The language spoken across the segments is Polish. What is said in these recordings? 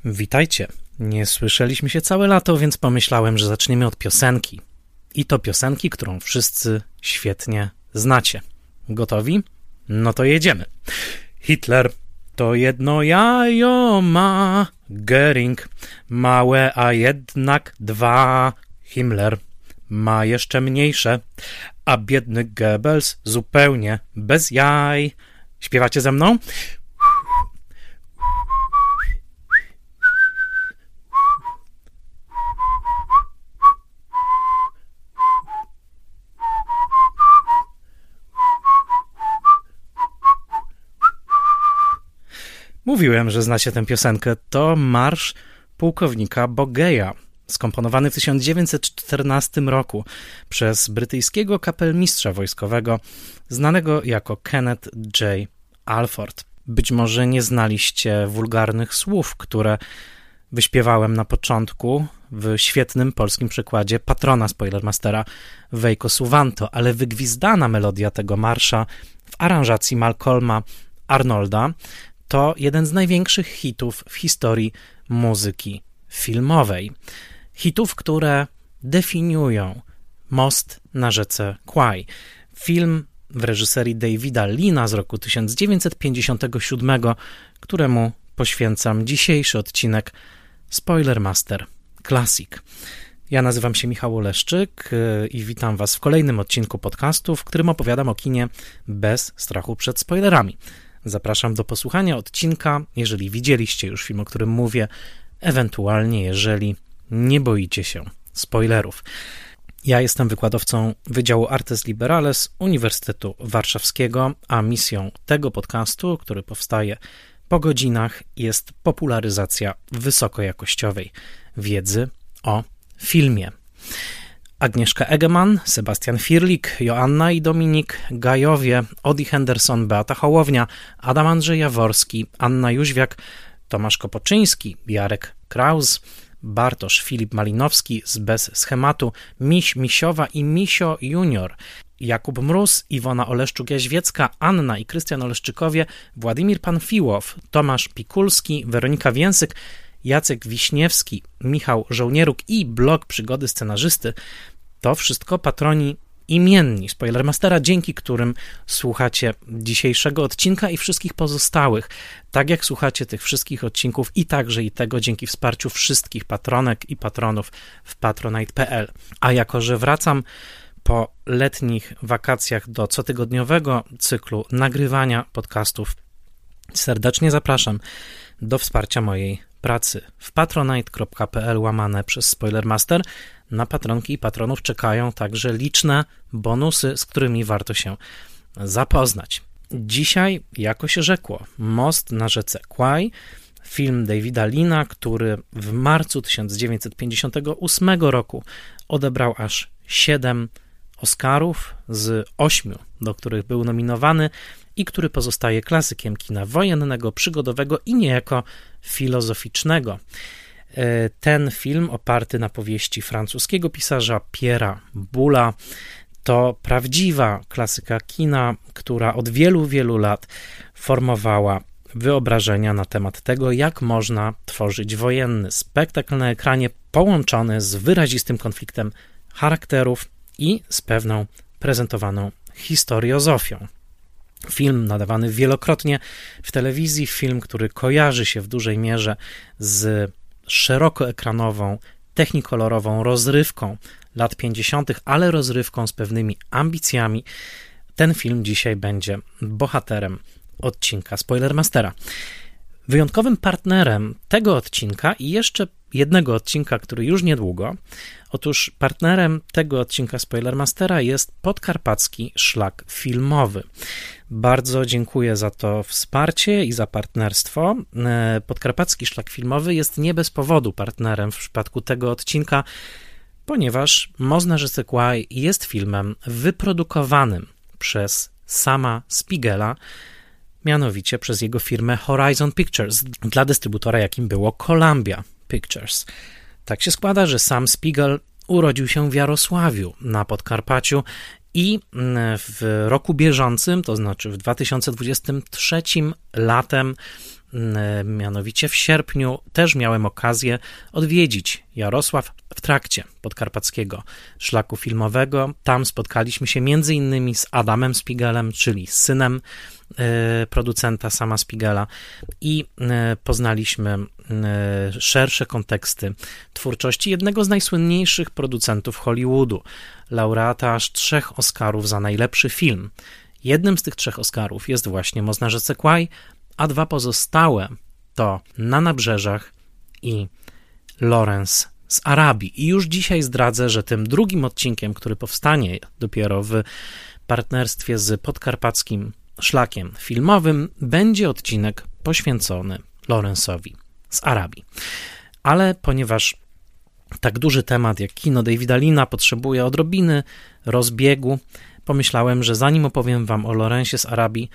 Witajcie. Nie słyszeliśmy się całe lato, więc pomyślałem, że zaczniemy od piosenki. I to piosenki, którą wszyscy świetnie znacie. Gotowi? No to jedziemy. Hitler to jedno jajo ma, Göring małe, a jednak dwa. Himmler ma jeszcze mniejsze, a biedny Goebbels zupełnie bez jaj. Śpiewacie ze mną? Mówiłem, że znacie tę piosenkę. To marsz pułkownika Bogeja, skomponowany w 1914 roku przez brytyjskiego kapelmistrza wojskowego, znanego jako Kenneth J. Alford. Być może nie znaliście wulgarnych słów, które wyśpiewałem na początku w świetnym polskim przykładzie patrona Spoilermastera Veiko Suvanto, ale wygwizdana melodia tego marsza w aranżacji Malcolma Arnolda to jeden z największych hitów w historii muzyki filmowej. Hitów, które definiują Most na rzece Kwai. Film w reżyserii Davida Leana z roku 1957, któremu poświęcam dzisiejszy odcinek Spoilermaster Classic. Ja nazywam się Michał Oleszczyk i witam Was w kolejnym odcinku podcastu, w którym opowiadam o kinie bez strachu przed spoilerami. Zapraszam do posłuchania odcinka, jeżeli widzieliście już film, o którym mówię, ewentualnie jeżeli nie boicie się spoilerów. Ja jestem wykładowcą Wydziału Artes Liberales Uniwersytetu Warszawskiego, a misją tego podcastu, który powstaje po godzinach, jest popularyzacja wysokojakościowej wiedzy o filmie. Agnieszka Egeman, Sebastian Firlik, Joanna i Dominik Gajowie, Odi Henderson, Beata Hołownia, Adam Andrzej Jaworski, Anna Jóźwiak, Tomasz Kopoczyński, Jarek Kraus, Bartosz Filip Malinowski z Bez Schematu, Miś Misiowa i Misio Junior, Jakub Mróz, Iwona Oleszczuk-Jaźwiecka, Anna i Krystian Oleszczykowie, Władimir Panfiłow, Tomasz Pikulski, Weronika Więsyk, Jacek Wiśniewski, Michał Żołnieruk i blog Przygody Scenarzysty. To wszystko patroni imienni Spoilermastera, dzięki którym słuchacie dzisiejszego odcinka i wszystkich pozostałych. Tak jak słuchacie tych wszystkich odcinków i także i tego dzięki wsparciu wszystkich patronek i patronów w patronite.pl. A jako że wracam po letnich wakacjach do cotygodniowego cyklu nagrywania podcastów, serdecznie zapraszam do wsparcia mojej pracy w patronite.pl/Spoilermaster. Na patronki i patronów czekają także liczne bonusy, z którymi warto się zapoznać. Dzisiaj, jako się rzekło, Most na rzece Kwai, film Davida Leana, który w marcu 1958 roku odebrał aż 7 Oscarów z 8, do których był nominowany i który pozostaje klasykiem kina wojennego, przygodowego i niejako filozoficznego. Ten film, oparty na powieści francuskiego pisarza Pierre'a Bouleza, to prawdziwa klasyka kina, która od wielu, wielu lat formowała wyobrażenia na temat tego, jak można tworzyć wojenny spektakl na ekranie połączony z wyrazistym konfliktem charakterów i z pewną prezentowaną historiozofią. Film nadawany wielokrotnie w telewizji, film, który kojarzy się w dużej mierze z szerokoekranową, technikolorową rozrywką lat 50., ale rozrywką z pewnymi ambicjami. Ten film dzisiaj będzie bohaterem odcinka Spoilermastera. Wyjątkowym partnerem tego odcinka i jeszcze jednego odcinka, który już niedługo, otóż partnerem tego odcinka Spoilermastera jest Podkarpacki Szlak Filmowy. Bardzo dziękuję za to wsparcie i za partnerstwo. Podkarpacki Szlak Filmowy jest nie bez powodu partnerem w przypadku tego odcinka, ponieważ Most na rzece Kwai jest filmem wyprodukowanym przez Sama Spiegela, mianowicie przez jego firmę Horizon Pictures, dla dystrybutora jakim było Columbia Pictures. Tak się składa, że Sam Spiegel urodził się w Jarosławiu na Podkarpaciu i w roku bieżącym, to znaczy w 2023 latem, Mianowicie w sierpniu też miałem okazję odwiedzić Jarosław w trakcie podkarpackiego szlaku filmowego. Tam spotkaliśmy się między innymi z Adamem Spiegelem, czyli synem producenta Sama Spiegela, i poznaliśmy szersze konteksty twórczości jednego z najsłynniejszych producentów Hollywoodu, laureata aż 3 Oscarów za najlepszy film. Jednym z tych 3 Oscarów jest właśnie Most na rzece Kwaj, a 2 pozostałe to Na nabrzeżach i Lawrence z Arabii. I już dzisiaj zdradzę, że tym drugim odcinkiem, który powstanie dopiero w partnerstwie z podkarpackim szlakiem filmowym, będzie odcinek poświęcony Lawrence'owi z Arabii. Ale ponieważ tak duży temat jak kino Davida Leana potrzebuje odrobiny rozbiegu, pomyślałem, że zanim opowiem wam o Lawrence'ie z Arabii,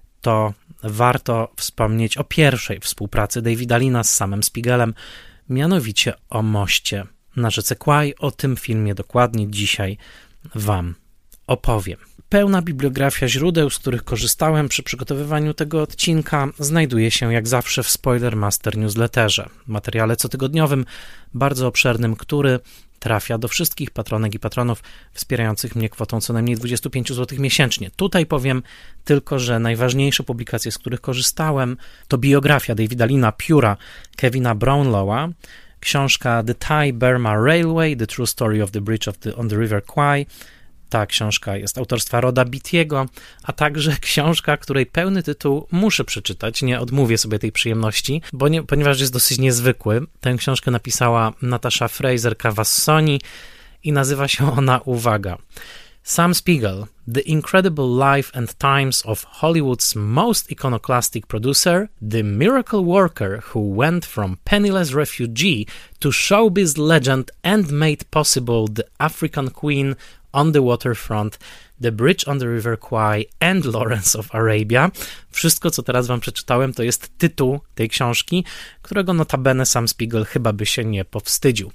to warto wspomnieć o pierwszej współpracy Davida Leana z Samem Spiegelem, mianowicie o Moście na rzece Kwaj. O tym filmie dokładnie dzisiaj wam opowiem. Pełna bibliografia źródeł, z których korzystałem przy przygotowywaniu tego odcinka, znajduje się jak zawsze w Spoilermaster newsletterze, materiale cotygodniowym, bardzo obszernym, który trafia do wszystkich patronek i patronów wspierających mnie kwotą co najmniej 25 zł miesięcznie. Tutaj powiem tylko, że najważniejsze publikacje, z których korzystałem, to biografia Davida Leana Pióra Kevina Brownlowa, książka The Thai-Burma Railway, The True Story of the Bridge on the River Kwai. Ta książka jest autorstwa Roda Beattiego, a także książka, której pełny tytuł muszę przeczytać, nie odmówię sobie tej przyjemności, ponieważ jest dosyć niezwykły. Tę książkę napisała Natasha Fraser Cavassoni i nazywa się ona, uwaga, Sam Spiegel, The Incredible Life and Times of Hollywood's Most Iconoclastic Producer, the Miracle Worker who went from penniless refugee to showbiz legend and made possible the African Queen on the Waterfront, The Bridge on the River Kwai and Lawrence of Arabia. Wszystko, co teraz wam przeczytałem, to jest tytuł tej książki, którego notabene Sam Spiegel chyba by się nie powstydził.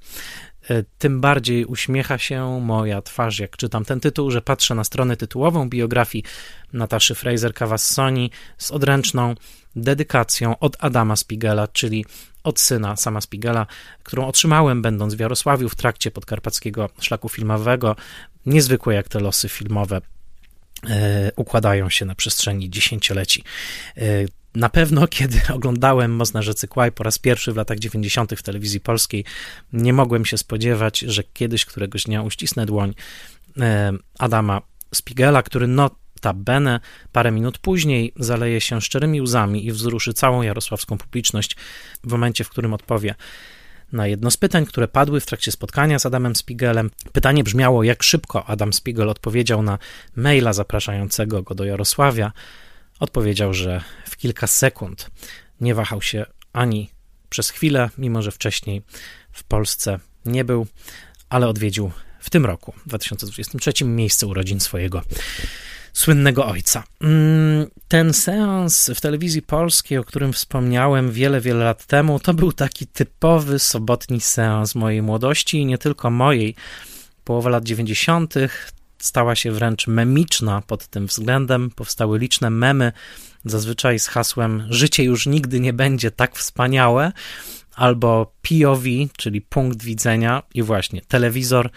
Tym bardziej uśmiecha się moja twarz, jak czytam ten tytuł, że patrzę na stronę tytułową biografii Nataszy Fraser Cavassoni z odręczną dedykacją od Adama Spiegela, czyli od syna Sama Spiegela, którą otrzymałem będąc w Jarosławiu w trakcie podkarpackiego szlaku filmowego. Niezwykłe jak te losy filmowe układają się na przestrzeni dziesięcioleci. Na pewno, kiedy oglądałem Most na rzece Kwaj po raz pierwszy w latach 90. w telewizji polskiej, nie mogłem się spodziewać, że kiedyś, któregoś dnia uścisnę dłoń Adama Spiegela, który notabene parę minut później zaleje się szczerymi łzami i wzruszy całą jarosławską publiczność w momencie, w którym odpowie na jedno z pytań, które padły w trakcie spotkania z Adamem Spiegelem. Pytanie brzmiało, jak szybko Adam Spiegel odpowiedział na maila zapraszającego go do Jarosławia. Odpowiedział, że w kilka sekund. Nie wahał się ani przez chwilę, mimo że wcześniej w Polsce nie był, ale odwiedził w tym roku, w 2023, miejsce urodzin swojego słynnego ojca. Ten seans w telewizji polskiej, o którym wspomniałem wiele lat temu, to był taki typowy sobotni seans mojej młodości i nie tylko mojej. Połowa lat 90. stała się wręcz memiczna pod tym względem. Powstały liczne memy, zazwyczaj z hasłem życie już nigdy nie będzie tak wspaniałe, albo POV, czyli punkt widzenia, i właśnie telewizor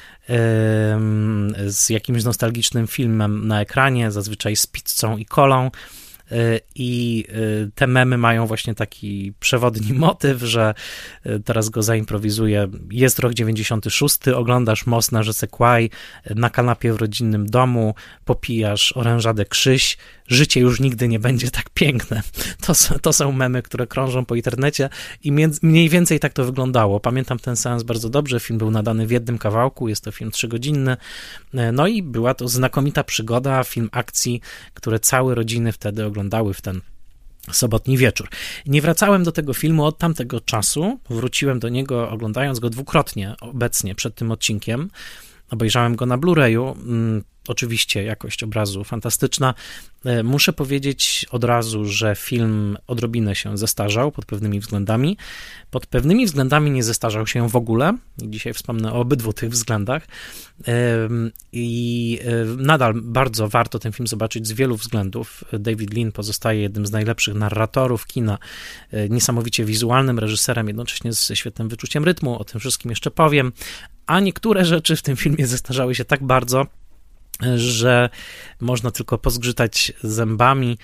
z jakimś nostalgicznym filmem na ekranie, zazwyczaj z pizzą i kolą. I te memy mają właśnie taki przewodni motyw, że teraz go zaimprowizuję. Jest rok 96, oglądasz Most na rzece Kwaj na kanapie w rodzinnym domu, popijasz orężadę Krzyś, życie już nigdy nie będzie tak piękne. To są memy, które krążą po internecie i mniej więcej tak to wyglądało. Pamiętam ten seans bardzo dobrze, film był nadany w jednym kawałku, jest to film 3-godzinny, no i była to znakomita przygoda, film akcji, które całe rodziny wtedy oglądały w ten sobotni wieczór. Nie wracałem do tego filmu od tamtego czasu, wróciłem do niego oglądając go dwukrotnie obecnie przed tym odcinkiem. Obejrzałem go na Blu-rayu, Oczywiście jakość obrazu fantastyczna. Muszę powiedzieć od razu, że film odrobinę się zestarzał pod pewnymi względami. Pod pewnymi względami nie zestarzał się w ogóle. Dzisiaj wspomnę o obydwu tych względach. I nadal bardzo warto ten film zobaczyć z wielu względów. David Lean pozostaje jednym z najlepszych narratorów kina, niesamowicie wizualnym reżyserem, jednocześnie ze świetnym wyczuciem rytmu. O tym wszystkim jeszcze powiem. A niektóre rzeczy w tym filmie zestarzały się tak bardzo, że można tylko pozgrzytać zębami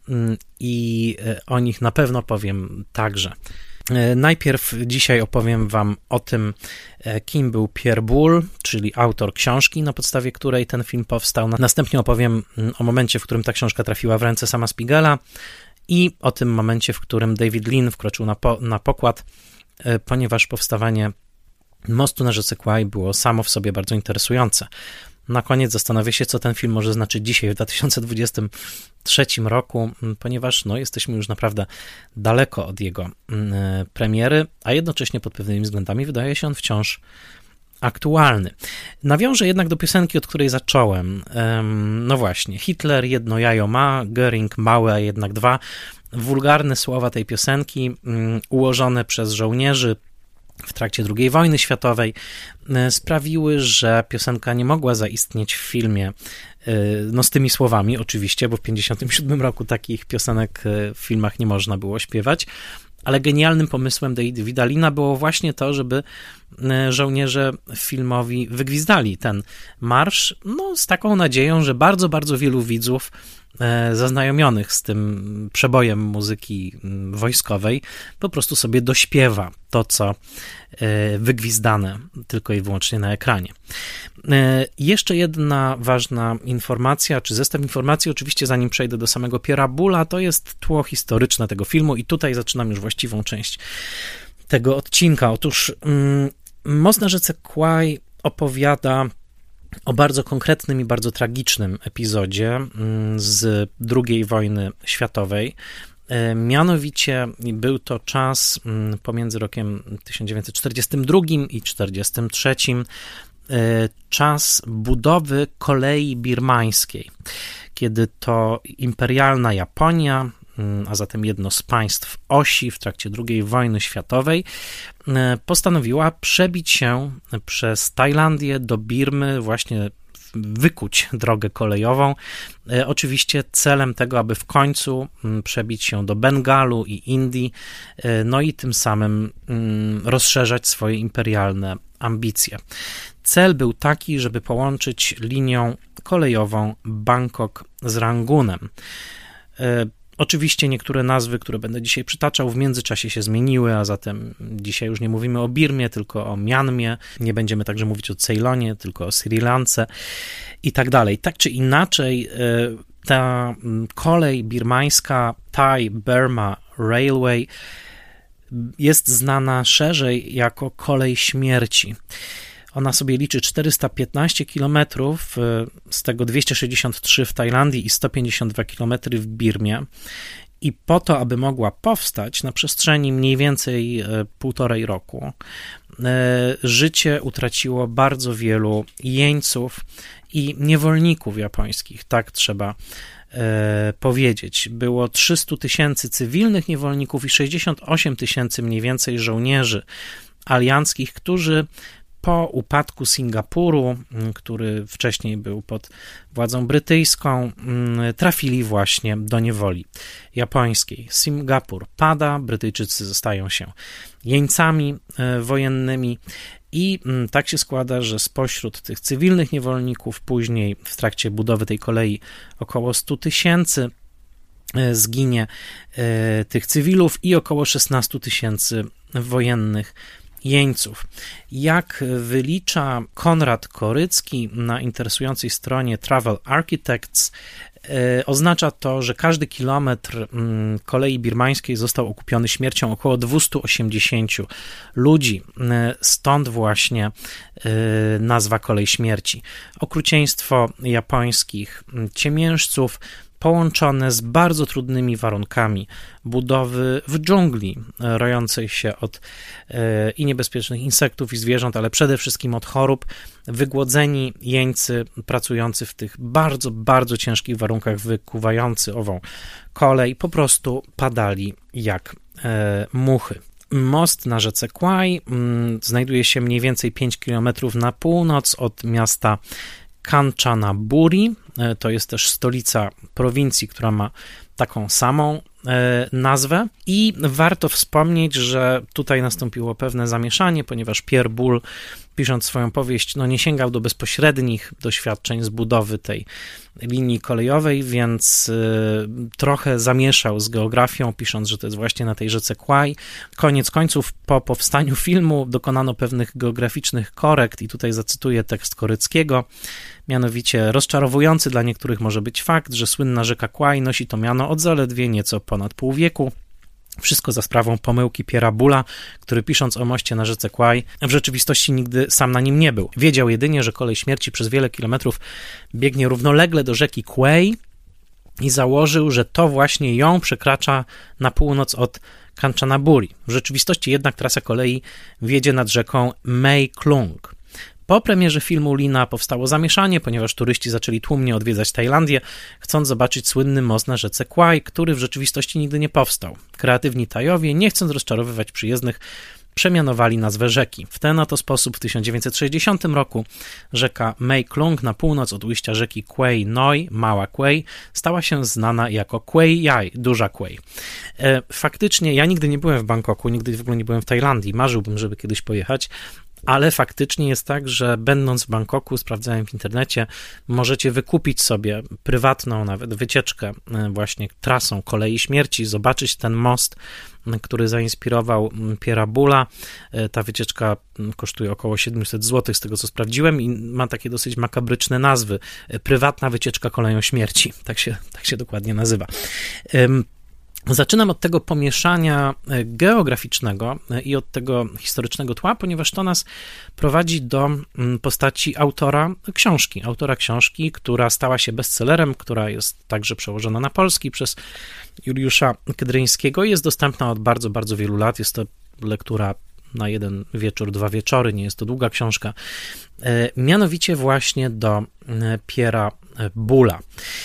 i o nich na pewno powiem także. Najpierw dzisiaj opowiem wam o tym, kim był Pierre Boulle, czyli autor książki, na podstawie której ten film powstał. Następnie opowiem o momencie, w którym ta książka trafiła w ręce sama Spiegela i o tym momencie, w którym David Lean wkroczył na pokład, ponieważ powstawanie Mostu na rzece Kwai było samo w sobie bardzo interesujące. Na koniec zastanowię się, co ten film może znaczyć dzisiaj, w 2023 roku, ponieważ jesteśmy już naprawdę daleko od jego premiery, a jednocześnie pod pewnymi względami wydaje się on wciąż aktualny. Nawiążę jednak do piosenki, od której zacząłem. No właśnie, Hitler jedno jajo ma, Göring małe, a jednak dwa. Wulgarne słowa tej piosenki, ułożone przez żołnierzy w trakcie II wojny światowej, sprawiły, że piosenka nie mogła zaistnieć w filmie, z tymi słowami oczywiście, bo w 1957 roku takich piosenek w filmach nie można było śpiewać, ale genialnym pomysłem Davida Leana było właśnie to, żeby żołnierze filmowi wygwizdali ten marsz, z taką nadzieją, że bardzo, bardzo wielu widzów zaznajomionych z tym przebojem muzyki wojskowej po prostu sobie dośpiewa to, co wygwizdane tylko i wyłącznie na ekranie. Jeszcze jedna ważna informacja, czy zestaw informacji, oczywiście zanim przejdę do samego Pierre'a Boulla, to jest tło historyczne tego filmu i tutaj zaczynam już właściwą część tego odcinka. Otóż Most na rzece Kwai opowiada o bardzo konkretnym i bardzo tragicznym epizodzie z II wojny światowej. Mianowicie był to czas pomiędzy rokiem 1942 i 1943, czas budowy kolei birmańskiej, kiedy to imperialna Japonia, a zatem jedno z państw osi w trakcie II wojny światowej, postanowiła przebić się przez Tajlandię do Birmy, właśnie wykuć drogę kolejową. Oczywiście celem tego, aby w końcu przebić się do Bengalu i Indii, i tym samym rozszerzać swoje imperialne ambicje. Cel był taki, żeby połączyć linią kolejową Bangkok z Rangunem. Oczywiście niektóre nazwy, które będę dzisiaj przytaczał, w międzyczasie się zmieniły, a zatem dzisiaj już nie mówimy o Birmie, tylko o Mjanmie. Nie będziemy także mówić o Ceylonie, tylko o Sri Lance i tak dalej. Tak czy inaczej, ta kolej birmańska Thai Burma Railway jest znana szerzej jako kolej śmierci. Ona sobie liczy 415 km, z tego 263 w Tajlandii i 152 km w Birmie. I po to, aby mogła powstać na przestrzeni mniej więcej 1,5 roku, życie utraciło bardzo wielu jeńców i niewolników japońskich, tak trzeba powiedzieć. Było 300 000 cywilnych niewolników i 68 000 mniej więcej żołnierzy alianckich, którzy po upadku Singapuru, który wcześniej był pod władzą brytyjską, trafili właśnie do niewoli japońskiej. Singapur pada, Brytyjczycy zostają się jeńcami wojennymi i tak się składa, że spośród tych cywilnych niewolników później w trakcie budowy tej kolei około 100 000 zginie tych cywilów i około 16 000 wojennych jeńców. Jak wylicza Konrad Korycki na interesującej stronie Travel Architects, oznacza to, że każdy kilometr kolei birmańskiej został okupiony śmiercią około 280 ludzi. Stąd właśnie nazwa kolej śmierci. Okrucieństwo japońskich ciemiężców połączone z bardzo trudnymi warunkami budowy w dżungli, rojącej się od i niebezpiecznych insektów i zwierząt, ale przede wszystkim od chorób. Wygłodzeni jeńcy pracujący w tych bardzo, bardzo ciężkich warunkach, wykuwający ową kolej, po prostu padali jak muchy. Most na rzece Kwai znajduje się mniej więcej 5 km na północ od miasta Kanchanaburi. To jest też stolica prowincji, która ma taką samą nazwę i warto wspomnieć, że tutaj nastąpiło pewne zamieszanie, ponieważ Pierre Boulle, pisząc swoją powieść, nie sięgał do bezpośrednich doświadczeń z budowy tej linii kolejowej, więc trochę zamieszał z geografią, pisząc, że to jest właśnie na tej rzece Kwai. Koniec końców, po powstaniu filmu dokonano pewnych geograficznych korekt i tutaj zacytuję tekst Koryckiego. Mianowicie rozczarowujący dla niektórych może być fakt, że słynna rzeka Kwai nosi to miano od zaledwie nieco ponad pół wieku. Wszystko za sprawą pomyłki Pierre'a Boulla, który pisząc o moście na rzece Kwai w rzeczywistości nigdy sam na nim nie był. Wiedział jedynie, że kolej śmierci przez wiele kilometrów biegnie równolegle do rzeki Kwai i założył, że to właśnie ją przekracza na północ od Kanchanaburi. W rzeczywistości jednak trasa kolei wiedzie nad rzeką Mae Klong. Po premierze filmu Lina powstało zamieszanie, ponieważ turyści zaczęli tłumnie odwiedzać Tajlandię, chcąc zobaczyć słynny most na rzece Kwai, który w rzeczywistości nigdy nie powstał. Kreatywni Tajowie, nie chcąc rozczarowywać przyjezdnych, przemianowali nazwę rzeki. W ten oto sposób w 1960 roku rzeka Mae Klong na północ od ujścia rzeki Kwai Noi, Mała Kwai, stała się znana jako Kwai Yai, Duża Kwai. Faktycznie ja nigdy nie byłem w Bangkoku, nigdy w ogóle nie byłem w Tajlandii, marzyłbym, żeby kiedyś pojechać, ale faktycznie jest tak, że będąc w Bangkoku, sprawdzałem w internecie, możecie wykupić sobie prywatną nawet wycieczkę właśnie trasą Kolei Śmierci, zobaczyć ten most, który zainspirował Pierre'a Boulla. Ta wycieczka kosztuje około 700 zł, z tego co sprawdziłem, i ma takie dosyć makabryczne nazwy. Prywatna wycieczka Koleją Śmierci, tak się dokładnie nazywa. Zaczynam od tego pomieszania geograficznego i od tego historycznego tła, ponieważ to nas prowadzi do postaci autora książki, która stała się bestsellerem, która jest także przełożona na polski przez Juliusza Kydryńskiego i jest dostępna od bardzo, bardzo wielu lat. Jest to lektura na jeden wieczór, 2 wieczory, nie jest to długa książka. Mianowicie właśnie do Pierre'a Boulla.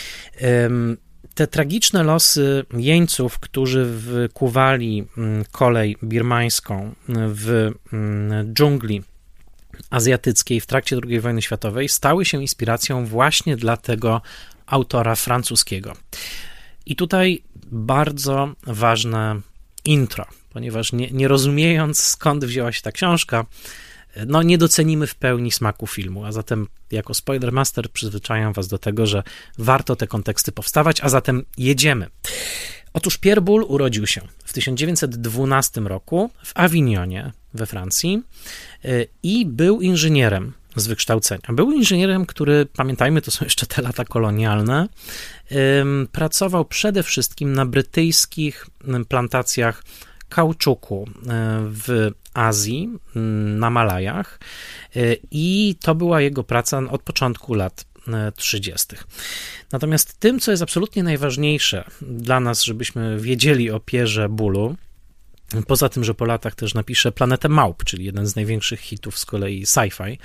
Te tragiczne losy jeńców, którzy wykuwali kolej birmańską w dżungli azjatyckiej w trakcie II wojny światowej, stały się inspiracją właśnie dla tego autora francuskiego. I tutaj bardzo ważne intro, ponieważ nie rozumiejąc, skąd wzięła się ta książka, nie docenimy w pełni smaku filmu, a zatem jako Spoilermaster przyzwyczajam was do tego, że warto te konteksty powstawać, a zatem jedziemy. Otóż Pierre Boulle urodził się w 1912 roku w Avignonie we Francji i był inżynierem z wykształcenia. Był inżynierem, który, pamiętajmy, to są jeszcze te lata kolonialne, pracował przede wszystkim na brytyjskich plantacjach kauczuku w Azji, na Malajach, i to była jego praca od początku lat 30. Natomiast tym, co jest absolutnie najważniejsze dla nas, żebyśmy wiedzieli o Pierre'ze Boullu, poza tym, że po latach też napisze Planetę Małp, czyli jeden z największych hitów z kolei sci-fi,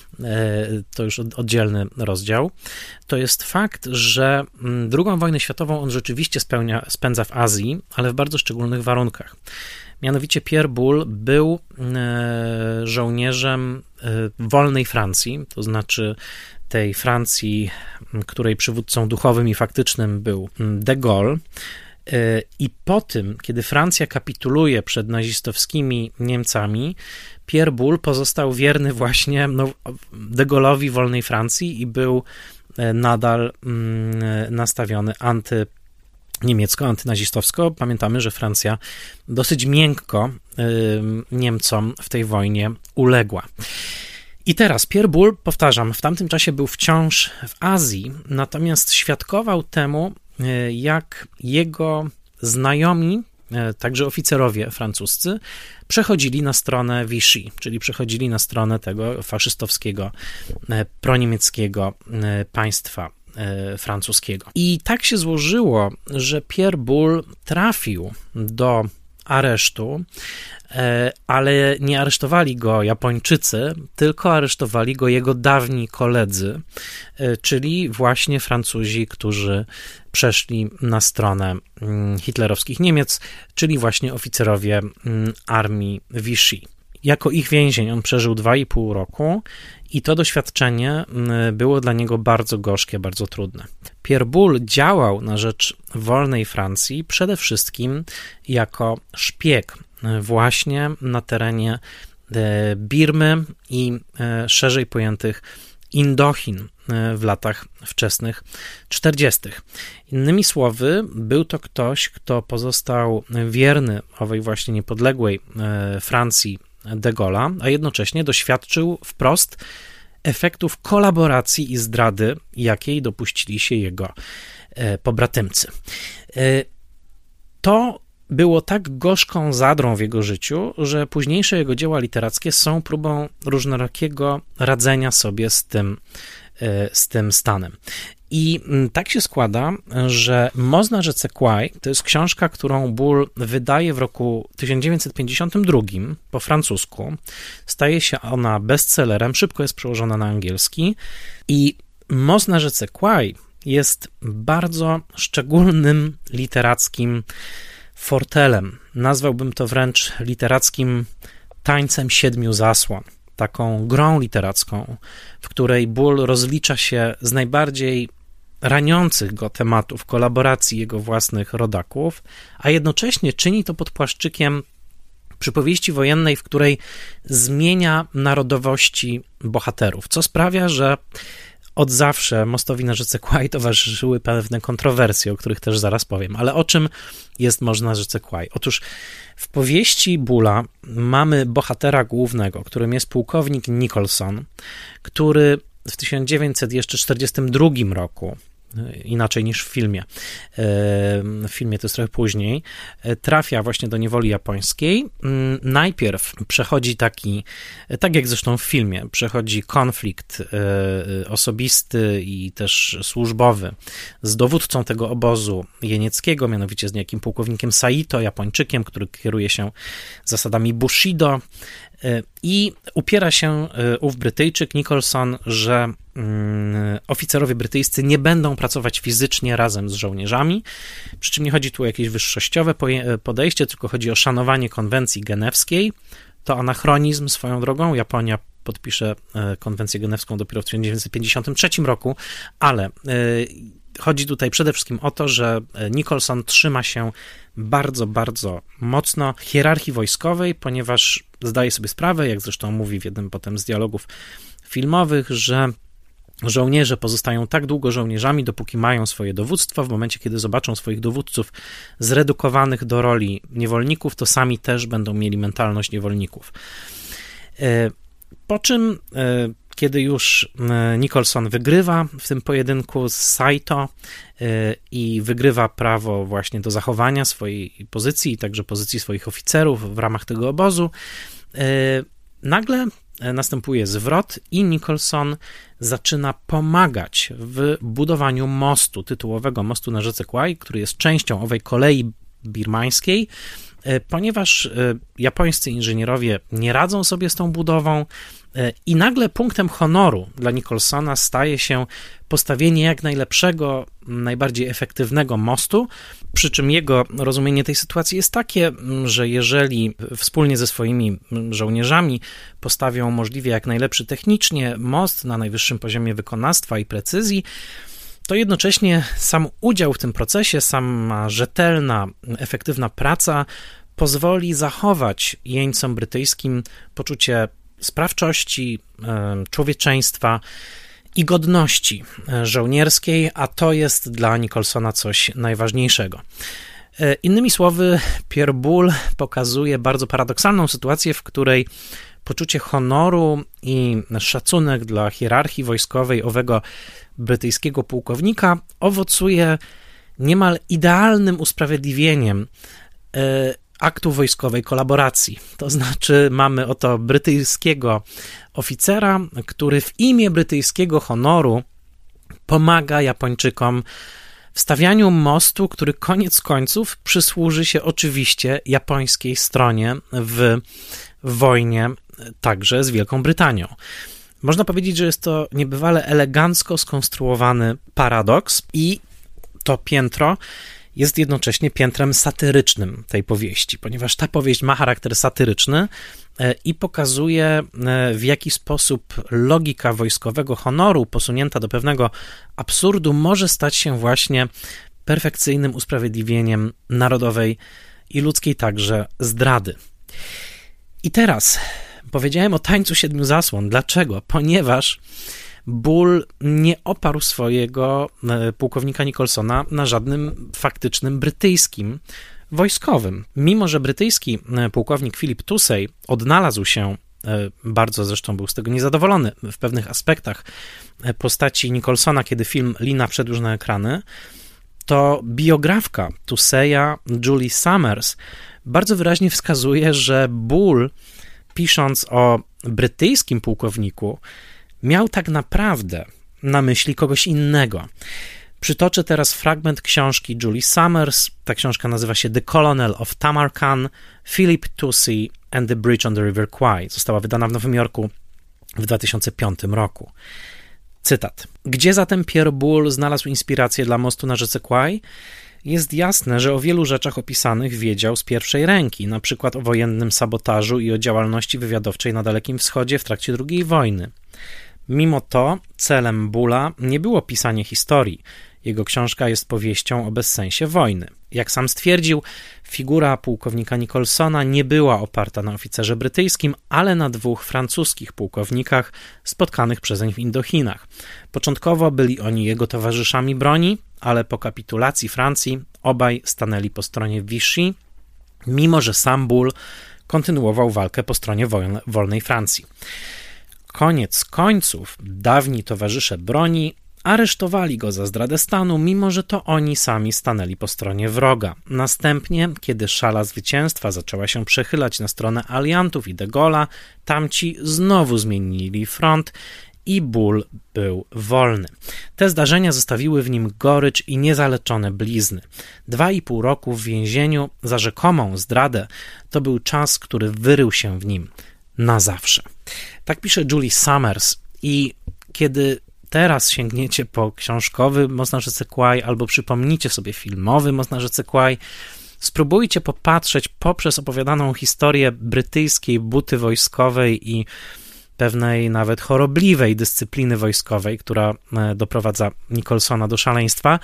to już oddzielny rozdział, to jest fakt, że II wojnę światową on rzeczywiście spędza w Azji, ale w bardzo szczególnych warunkach. Mianowicie Pierre Boulle był żołnierzem wolnej Francji, to znaczy tej Francji, której przywódcą duchowym i faktycznym był de Gaulle. I po tym, kiedy Francja kapituluje przed nazistowskimi Niemcami, Pierre Boulle pozostał wierny właśnie de Gaulle'owi wolnej Francji i był nadal nastawiony niemiecko, antynazistowsko. Pamiętamy, że Francja dosyć miękko Niemcom w tej wojnie uległa. I teraz Pierre Boulle, powtarzam, w tamtym czasie był wciąż w Azji, natomiast świadkował temu, jak jego znajomi, także oficerowie francuscy, przechodzili na stronę Vichy, czyli przechodzili na stronę tego faszystowskiego, proniemieckiego państwa francuskiego. I tak się złożyło, że Pierre Boulle trafił do aresztu, ale nie aresztowali go Japończycy, tylko aresztowali go jego dawni koledzy, czyli właśnie Francuzi, którzy przeszli na stronę hitlerowskich Niemiec, czyli właśnie oficerowie armii Vichy. Jako ich więzień on przeżył 2,5 roku i to doświadczenie było dla niego bardzo gorzkie, bardzo trudne. Pierre Boulle działał na rzecz wolnej Francji przede wszystkim jako szpieg właśnie na terenie Birmy i szerzej pojętych Indochin w latach wczesnych 40. Innymi słowy, był to ktoś, kto pozostał wierny owej właśnie niepodległej Francji de Gaulle'a, a jednocześnie doświadczył wprost efektów kolaboracji i zdrady, jakiej dopuścili się jego pobratymcy. To było tak gorzką zadrą w jego życiu, że późniejsze jego dzieła literackie są próbą różnorakiego radzenia sobie z tym stanem. I tak się składa, że Most na rzece Kwai to jest książka, którą Boulle wydaje w roku 1952 po francusku. Staje się ona bestsellerem, szybko jest przełożona na angielski i Most na rzece Kwai jest bardzo szczególnym literackim fortelem. Nazwałbym to wręcz literackim tańcem 7 zasłon. Taką grą literacką, w której Boulle rozlicza się z najbardziej raniących go tematów kolaboracji jego własnych rodaków, a jednocześnie czyni to pod płaszczykiem przypowieści wojennej, w której zmienia narodowości bohaterów, co sprawia, że od zawsze Mostowi na rzece Kwai towarzyszyły pewne kontrowersje, o których też zaraz powiem. Ale o czym jest Most na rzece Kwai? Otóż w powieści Boulla mamy bohatera głównego, którym jest pułkownik Nicholson, który w 1942 roku, inaczej niż w filmie to jest trochę później, trafia właśnie do niewoli japońskiej. Najpierw przechodzi tak jak zresztą w filmie, przechodzi konflikt osobisty i też służbowy z dowódcą tego obozu jenieckiego, mianowicie z niejakim pułkownikiem Saito, Japończykiem, który kieruje się zasadami Bushido, i upiera się ów Brytyjczyk Nicholson, że oficerowie brytyjscy nie będą pracować fizycznie razem z żołnierzami, przy czym nie chodzi tu o jakieś wyższościowe podejście, tylko chodzi o szanowanie konwencji genewskiej. To anachronizm swoją drogą. Japonia podpisze konwencję genewską dopiero w 1953 roku, ale chodzi tutaj przede wszystkim o to, że Nicholson trzyma się bardzo, bardzo mocno hierarchii wojskowej, ponieważ zdaje sobie sprawę, jak zresztą mówi w jednym potem z dialogów filmowych, że żołnierze pozostają tak długo żołnierzami, dopóki mają swoje dowództwo. W momencie, kiedy zobaczą swoich dowódców zredukowanych do roli niewolników, to sami też będą mieli mentalność niewolników. Po czym, kiedy już Nicholson wygrywa w tym pojedynku z Saito i wygrywa prawo właśnie do zachowania swojej pozycji i także pozycji swoich oficerów w ramach tego obozu, nagle następuje zwrot i Nicholson zaczyna pomagać w budowaniu mostu, tytułowego mostu na rzece Kwai, który jest częścią owej kolei birmańskiej, ponieważ japońscy inżynierowie nie radzą sobie z tą budową i nagle punktem honoru dla Nicholsona staje się postawienie jak najlepszego, najbardziej efektywnego mostu, przy czym jego rozumienie tej sytuacji jest takie, że jeżeli wspólnie ze swoimi żołnierzami postawią możliwie jak najlepszy technicznie most na najwyższym poziomie wykonawstwa i precyzji, to jednocześnie sam udział w tym procesie, sama rzetelna, efektywna praca pozwoli zachować jeńcom brytyjskim poczucie sprawczości, człowieczeństwa i godności żołnierskiej, a to jest dla Nicholsona coś najważniejszego. Innymi słowy, Pierre Boulle pokazuje bardzo paradoksalną sytuację, w której poczucie honoru i szacunek dla hierarchii wojskowej owego brytyjskiego pułkownika owocuje niemal idealnym usprawiedliwieniem aktu wojskowej kolaboracji. To znaczy mamy oto brytyjskiego oficera, który w imię brytyjskiego honoru pomaga Japończykom w stawianiu mostu, który koniec końców przysłuży się oczywiście japońskiej stronie w wojnie także z Wielką Brytanią. Można powiedzieć, że jest to niebywale elegancko skonstruowany paradoks i to piętro jest jednocześnie piętrem satyrycznym tej powieści, ponieważ ta powieść ma charakter satyryczny i pokazuje, w jaki sposób logika wojskowego honoru posunięta do pewnego absurdu może stać się właśnie perfekcyjnym usprawiedliwieniem narodowej i ludzkiej także zdrady. I teraz powiedziałem o Tańcu Siedmiu Zasłon. Dlaczego? Ponieważ Bull nie oparł swojego pułkownika Nicholsona na żadnym faktycznym brytyjskim wojskowym. Mimo że brytyjski pułkownik Philip Toucey odnalazł się, bardzo zresztą był z tego niezadowolony w pewnych aspektach postaci Nicholsona, kiedy film Lina wszedł już na ekrany, to biografka Touceya, Julie Summers, bardzo wyraźnie wskazuje, że Bull, pisząc o brytyjskim pułkowniku, miał tak naprawdę na myśli kogoś innego. Przytoczę teraz fragment książki Julie Summers. Ta książka nazywa się The Colonel of Tamarkan, Philip Toucey and the Bridge on the River Kwai. Została wydana w Nowym Jorku w 2005 roku. Cytat. Gdzie zatem Pierre Boulle znalazł inspirację dla mostu na rzece Kwai? Jest jasne, że o wielu rzeczach opisanych wiedział z pierwszej ręki, na przykład o wojennym sabotażu i o działalności wywiadowczej na Dalekim Wschodzie w trakcie II wojny. Mimo to celem Bulla nie było pisanie historii. Jego książka jest powieścią o bezsensie wojny. Jak sam stwierdził, figura pułkownika Nicholsona nie była oparta na oficerze brytyjskim, ale na dwóch francuskich pułkownikach spotkanych przezeń w Indochinach. Początkowo byli oni jego towarzyszami broni, ale po kapitulacji Francji obaj stanęli po stronie Vichy, mimo że sam Bull kontynuował walkę po stronie wolnej Francji. Koniec końców dawni towarzysze broni aresztowali go za zdradę stanu, mimo że to oni sami stanęli po stronie wroga. Następnie, kiedy szala zwycięstwa zaczęła się przechylać na stronę aliantów i de Gaulle'a, tamci znowu zmienili front i Bull był wolny. Te zdarzenia zostawiły w nim gorycz i niezaleczone blizny. 2,5 roku w więzieniu za rzekomą zdradę to był czas, który wyrył się w nim na zawsze. Tak pisze Julie Summers i kiedy teraz sięgniecie po książkowy Most na rzece Kwai albo przypomnicie sobie filmowy Most na rzece Kwai, spróbujcie popatrzeć poprzez opowiadaną historię brytyjskiej buty wojskowej i pewnej nawet chorobliwej dyscypliny wojskowej, która doprowadza Nicholsona do szaleństwa,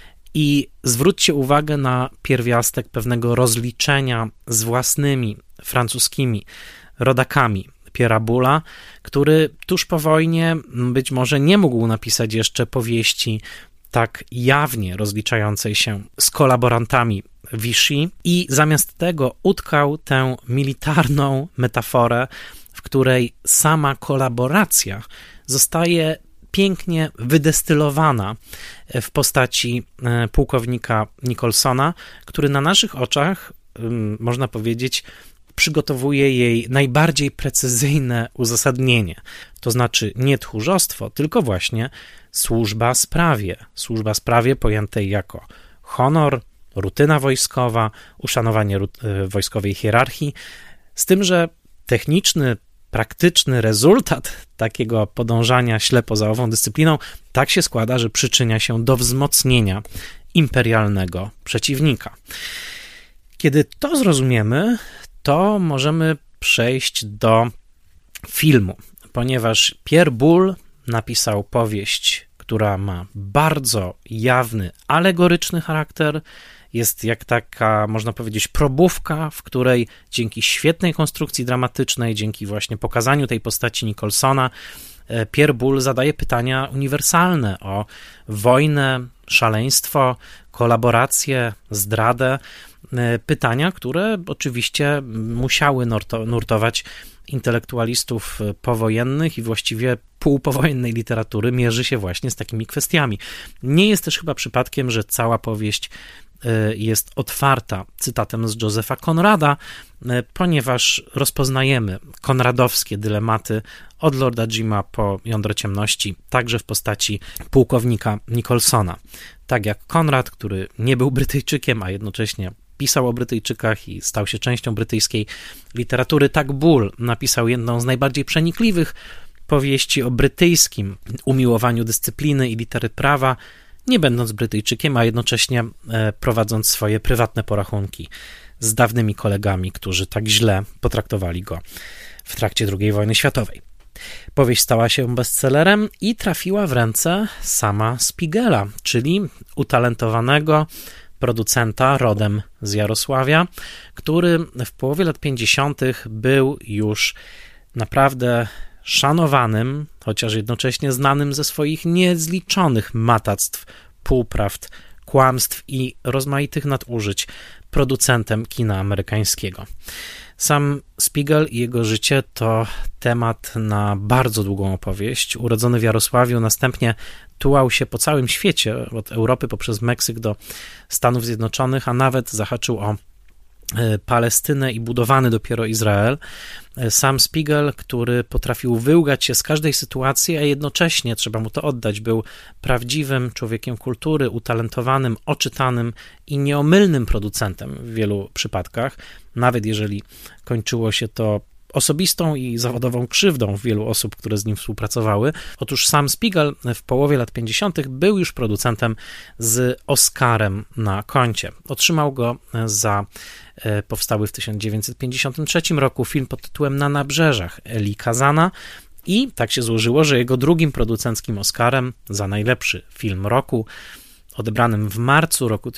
i zwróćcie uwagę na pierwiastek pewnego rozliczenia z własnymi francuskimi rodakami Pierre'a Boulla, który tuż po wojnie być może nie mógł napisać jeszcze powieści tak jawnie rozliczającej się z kolaborantami Vichy i zamiast tego utkał tę militarną metaforę, w której sama kolaboracja zostaje pięknie wydestylowana w postaci pułkownika Nicholsona, który na naszych oczach, można powiedzieć, przygotowuje jej najbardziej precyzyjne uzasadnienie. To znaczy nie tchórzostwo, tylko właśnie służba sprawie. Służba sprawie pojętej jako honor, rutyna wojskowa, uszanowanie wojskowej hierarchii, z tym, że techniczny, praktyczny rezultat takiego podążania ślepo za ową dyscypliną tak się składa, że przyczynia się do wzmocnienia imperialnego przeciwnika. Kiedy to zrozumiemy, to możemy przejść do filmu, ponieważ Pierre Boulle napisał powieść, która ma bardzo jawny, alegoryczny charakter. Jest jak taka, można powiedzieć, probówka, w której dzięki świetnej konstrukcji dramatycznej, dzięki właśnie pokazaniu tej postaci Nicholsona, Pierre Boulle zadaje pytania uniwersalne o wojnę, szaleństwo, kolaborację, zdradę. Pytania, które oczywiście musiały nurtować intelektualistów powojennych i właściwie półpowojennej literatury mierzy się właśnie z takimi kwestiami. Nie jest też chyba przypadkiem, że cała powieść jest otwarta cytatem z Josepha Conrada, ponieważ rozpoznajemy konradowskie dylematy od Lorda Jima po Jądro Ciemności, także w postaci pułkownika Nicholsona. Tak jak Konrad, który nie był Brytyjczykiem, a jednocześnie pisał o Brytyjczykach i stał się częścią brytyjskiej literatury, tak Bull napisał jedną z najbardziej przenikliwych powieści o brytyjskim umiłowaniu dyscypliny i litery prawa, nie będąc Brytyjczykiem, a jednocześnie prowadząc swoje prywatne porachunki z dawnymi kolegami, którzy tak źle potraktowali go w trakcie II wojny światowej. Powieść stała się bestsellerem i trafiła w ręce Sama Spiegela, czyli utalentowanego producenta rodem z Jarosławia, który w połowie lat 50. był już naprawdę szanowanym, chociaż jednocześnie znanym ze swoich niezliczonych matactw, półprawd, kłamstw i rozmaitych nadużyć producentem kina amerykańskiego. Sam Spiegel i jego życie to temat na bardzo długą opowieść. Urodzony w Jarosławiu, następnie tułał się po całym świecie, od Europy poprzez Meksyk do Stanów Zjednoczonych, a nawet zahaczył o Palestynę i budowany dopiero Izrael. Sam Spiegel, który potrafił wyłgać się z każdej sytuacji, a jednocześnie, trzeba mu to oddać, był prawdziwym człowiekiem kultury, utalentowanym, oczytanym i nieomylnym producentem w wielu przypadkach, nawet jeżeli kończyło się to osobistą i zawodową krzywdą wielu osób, które z nim współpracowały. Otóż sam Spiegel w połowie lat 50. był już producentem z Oscarem na koncie. Otrzymał go za powstały w 1953 roku film pod tytułem Na nabrzeżach Eli Kazana i tak się złożyło, że jego drugim producenckim Oscarem za najlepszy film roku, odebranym w marcu roku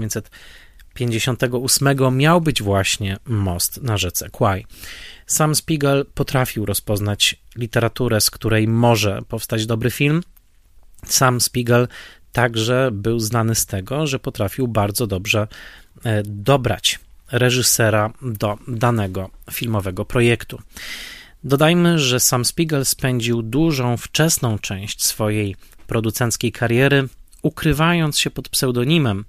1958, miał być właśnie Most na rzece Kwai. Sam Spiegel potrafił rozpoznać literaturę, z której może powstać dobry film. Sam Spiegel także był znany z tego, że potrafił bardzo dobrze dobrać reżysera do danego filmowego projektu. Dodajmy, że sam Spiegel spędził dużą, wczesną część swojej producenckiej kariery ukrywając się pod pseudonimem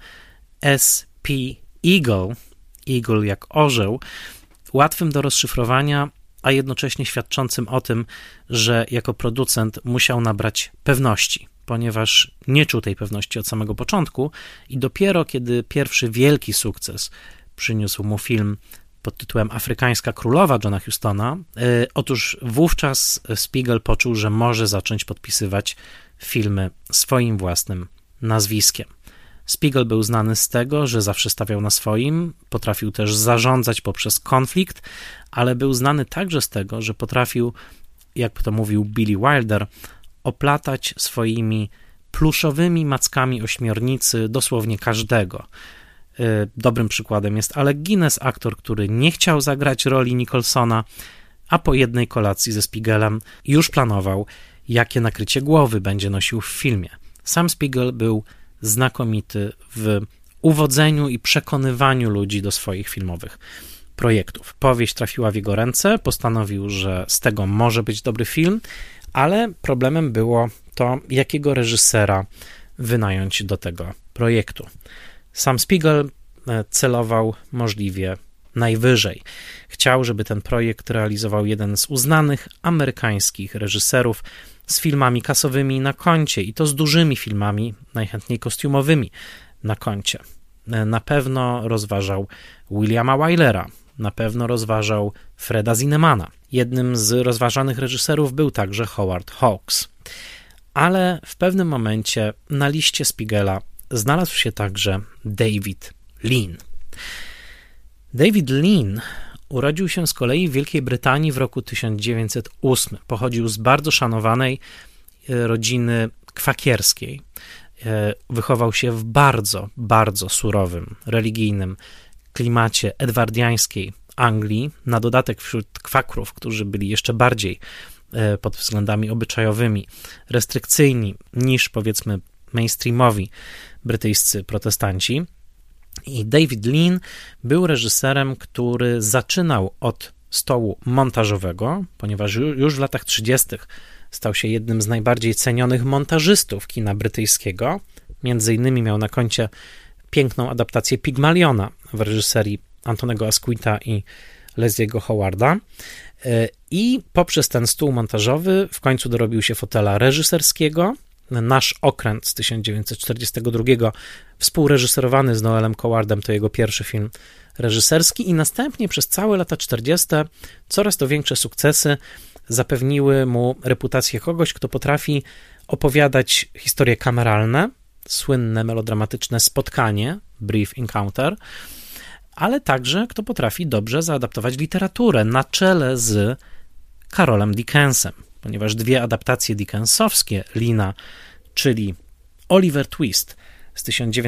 S.P. Eagle, Eagle jak orzeł, łatwym do rozszyfrowania, a jednocześnie świadczącym o tym, że jako producent musiał nabrać pewności, ponieważ nie czuł tej pewności od samego początku i dopiero kiedy pierwszy wielki sukces przyniósł mu film pod tytułem Afrykańska Królowa Johna Hustona, otóż wówczas Spiegel poczuł, że może zacząć podpisywać filmy swoim własnym nazwiskiem. Spiegel był znany z tego, że zawsze stawiał na swoim, potrafił też zarządzać poprzez konflikt, ale był znany także z tego, że potrafił, jak to mówił Billy Wilder, oplatać swoimi pluszowymi mackami ośmiornicy dosłownie każdego. Dobrym przykładem jest Alec Guinness, aktor, który nie chciał zagrać roli Nicholsona, a po jednej kolacji ze Spiegelem już planował, jakie nakrycie głowy będzie nosił w filmie. Sam Spiegel był znakomity w uwodzeniu i przekonywaniu ludzi do swoich filmowych projektów. Powieść trafiła w jego ręce, postanowił, że z tego może być dobry film, ale problemem było to, jakiego reżysera wynająć do tego projektu. Sam Spiegel celował możliwie najwyżej. Chciał, żeby ten projekt realizował jeden z uznanych amerykańskich reżyserów z filmami kasowymi na koncie i to z dużymi filmami, najchętniej kostiumowymi na koncie. Na pewno rozważał Williama Wylera, na pewno rozważał Freda Zinnemana. Jednym z rozważanych reżyserów był także Howard Hawks. Ale w pewnym momencie na liście Spiegela znalazł się także David Lean. David Lean urodził się z kolei w Wielkiej Brytanii w roku 1908. Pochodził z bardzo szanowanej rodziny kwakierskiej. Wychował się w bardzo, bardzo surowym, religijnym klimacie edwardiańskiej Anglii. Na dodatek wśród kwakrów, którzy byli jeszcze bardziej pod względami obyczajowymi restrykcyjni niż, powiedzmy, mainstreamowi brytyjscy protestanci. I David Lean był reżyserem, który zaczynał od stołu montażowego, ponieważ już w latach 30. stał się jednym z najbardziej cenionych montażystów kina brytyjskiego. Między innymi miał na koncie piękną adaptację Pygmaliona w reżyserii Antonego Asquitha i Leslie'ego Howarda. I poprzez ten stół montażowy w końcu dorobił się fotela reżyserskiego. Nasz okręt z 1942, współreżyserowany z Noelem Cowardem, to jego pierwszy film reżyserski i następnie przez całe lata 40. coraz to większe sukcesy zapewniły mu reputację kogoś, kto potrafi opowiadać historie kameralne, słynne melodramatyczne Spotkanie, Brief Encounter, ale także kto potrafi dobrze zaadaptować literaturę na czele z Karolem Dickensem, ponieważ dwie adaptacje dickensowskie Lina, czyli Oliver Twist z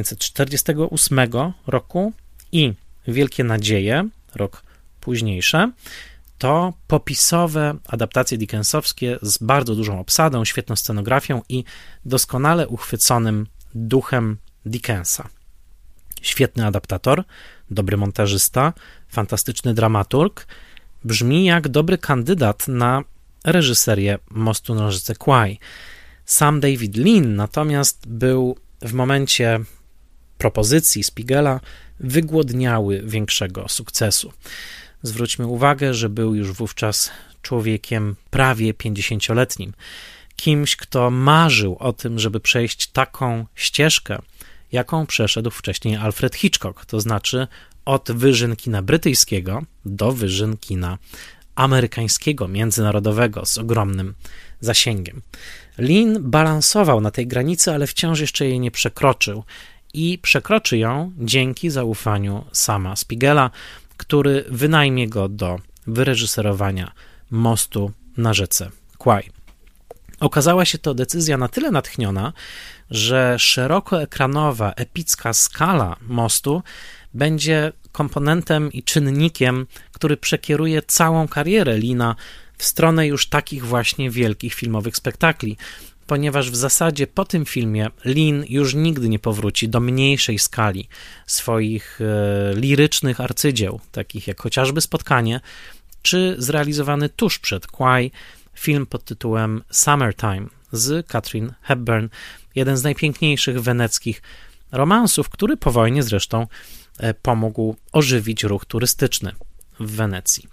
1948 roku i Wielkie Nadzieje, rok późniejsze, to popisowe adaptacje dickensowskie z bardzo dużą obsadą, świetną scenografią i doskonale uchwyconym duchem Dickensa. Świetny adaptator, dobry montażysta, fantastyczny dramaturg, brzmi jak dobry kandydat na reżyserię Mostu na rzece Kwai. Sam David Lean natomiast był w momencie propozycji Spiegela wygłodniały większego sukcesu. Zwróćmy uwagę, że był już wówczas człowiekiem prawie 50-letnim. Kimś, kto marzył o tym, żeby przejść taką ścieżkę, jaką przeszedł wcześniej Alfred Hitchcock, to znaczy od wyżyn kina brytyjskiego do wyżyn kina amerykańskiego, międzynarodowego, z ogromnym zasięgiem. Lean balansował na tej granicy, ale wciąż jeszcze jej nie przekroczył i przekroczy ją dzięki zaufaniu sama Spiegela, który wynajmie go do wyreżyserowania Mostu na rzece Kwai. Okazała się to decyzja na tyle natchniona, że szerokoekranowa, epicka skala mostu będzie komponentem i czynnikiem, który przekieruje całą karierę Leana w stronę już takich właśnie wielkich filmowych spektakli, ponieważ w zasadzie po tym filmie Lean już nigdy nie powróci do mniejszej skali swoich lirycznych arcydzieł, takich jak chociażby Spotkanie, czy zrealizowany tuż przed Kwai film pod tytułem Summertime z Katharine Hepburn, jeden z najpiękniejszych weneckich romansów, który po wojnie zresztą pomógł ożywić ruch turystyczny w Wenecji.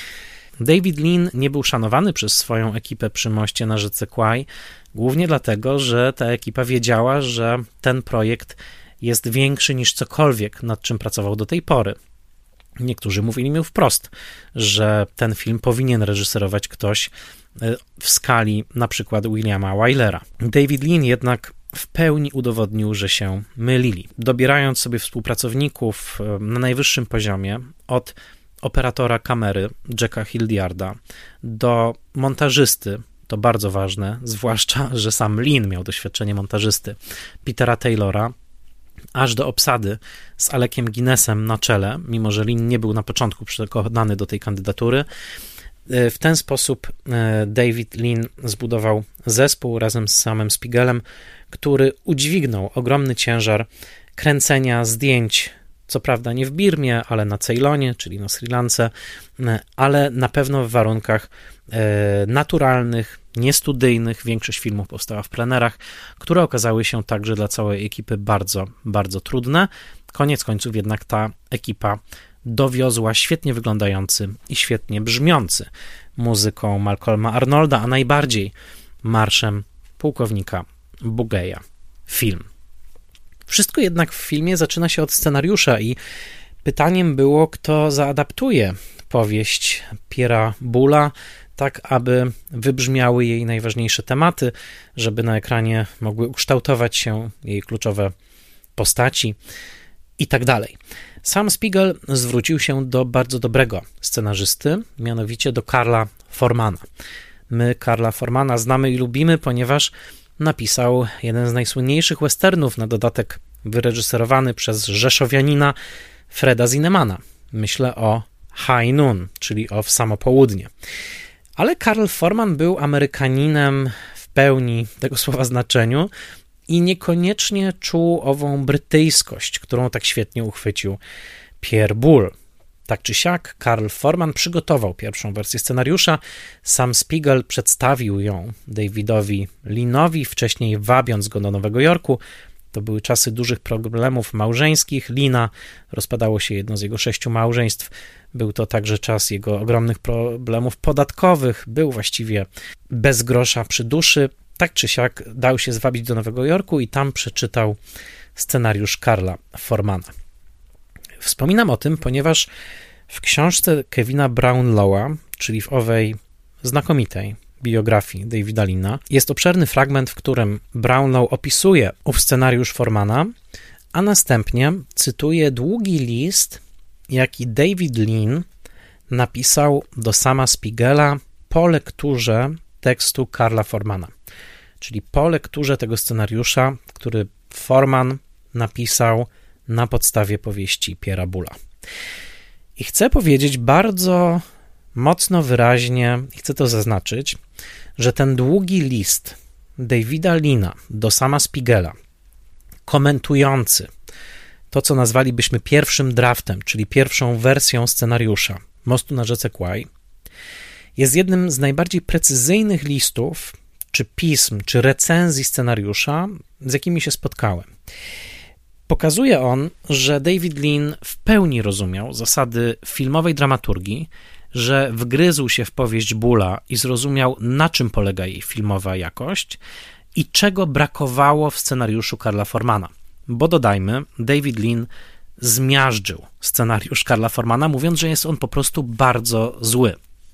David Lean nie był szanowany przez swoją ekipę przy moście na rzece Kwai, głównie dlatego, że ta ekipa wiedziała, że ten projekt jest większy niż cokolwiek, nad czym pracował do tej pory. Niektórzy mówili mi wprost, że ten film powinien reżyserować ktoś w skali na przykład Williama Wylera. David Lean jednak w pełni udowodnił, że się mylili. Dobierając sobie współpracowników na najwyższym poziomie, od operatora kamery Jacka Hildyarda do montażysty, to bardzo ważne, zwłaszcza, że sam Lean miał doświadczenie montażysty, Petera Taylora, aż do obsady z Alekiem Guinnessem na czele, mimo że Lean nie był na początku przekonany do tej kandydatury. W ten sposób David Lean zbudował zespół razem z samym Spiegelem, który udźwignął ogromny ciężar kręcenia zdjęć, co prawda nie w Birmie, ale na Ceylonie, czyli na Sri Lance, ale na pewno w warunkach naturalnych, niestudyjnych. Większość filmów powstała w plenerach, które okazały się także dla całej ekipy bardzo, bardzo trudne. Koniec końców jednak ta ekipa dowiozła świetnie wyglądający i świetnie brzmiący muzyką Malcolma Arnolda, a najbardziej marszem pułkownika Bugeja film. Wszystko jednak w filmie zaczyna się od scenariusza i pytaniem było, kto zaadaptuje powieść Pierre'a Boulla, tak aby wybrzmiały jej najważniejsze tematy, żeby na ekranie mogły ukształtować się jej kluczowe postaci i tak dalej. Sam Spiegel zwrócił się do bardzo dobrego scenarzysty, mianowicie do Carla Formana. My Carla Formana znamy i lubimy, ponieważ napisał jeden z najsłynniejszych westernów, na dodatek wyreżyserowany przez rzeszowianina Freda Zinnemana. Myślę o High Noon, czyli o W samo południe. Ale Carl Forman był Amerykaninem w pełni tego słowa znaczeniu i niekoniecznie czuł ową brytyjskość, którą tak świetnie uchwycił Pierre Boulle. Tak czy siak, Karl Forman przygotował pierwszą wersję scenariusza, sam Spiegel przedstawił ją Davidowi Leanowi, wcześniej wabiąc go do Nowego Jorku. To były czasy dużych problemów małżeńskich Leana, rozpadało się jedno z jego 6 małżeństw, był to także czas jego ogromnych problemów podatkowych, był właściwie bez grosza przy duszy. Tak czy siak dał się zwabić do Nowego Jorku i tam przeczytał scenariusz Karla Formana. Wspominam o tym, ponieważ w książce Kevina Brownlowa, czyli w owej znakomitej biografii Davida Leana, jest obszerny fragment, w którym Brownlow opisuje ów scenariusz Formana, a następnie cytuje długi list, jaki David Lean napisał do sama Spiegela po lekturze tekstu Karla Formana, czyli po lekturze tego scenariusza, który Forman napisał na podstawie powieści Pierre'a Boulla. I chcę powiedzieć bardzo mocno, wyraźnie, i chcę to zaznaczyć, że ten długi list Davida Leana do sama Spiegela, komentujący to, co nazwalibyśmy pierwszym draftem, czyli pierwszą wersją scenariusza Mostu na rzece Kwai, jest jednym z najbardziej precyzyjnych listów, czy pism, czy recenzji scenariusza, z jakimi się spotkałem. Pokazuje on, że David Lean w pełni rozumiał zasady filmowej dramaturgii, że wgryzł się w powieść Boulla i zrozumiał, na czym polega jej filmowa jakość i czego brakowało w scenariuszu Karla Formana. Bo dodajmy, David Lean zmiażdżył scenariusz Karla Formana, mówiąc, że jest on po prostu bardzo zły.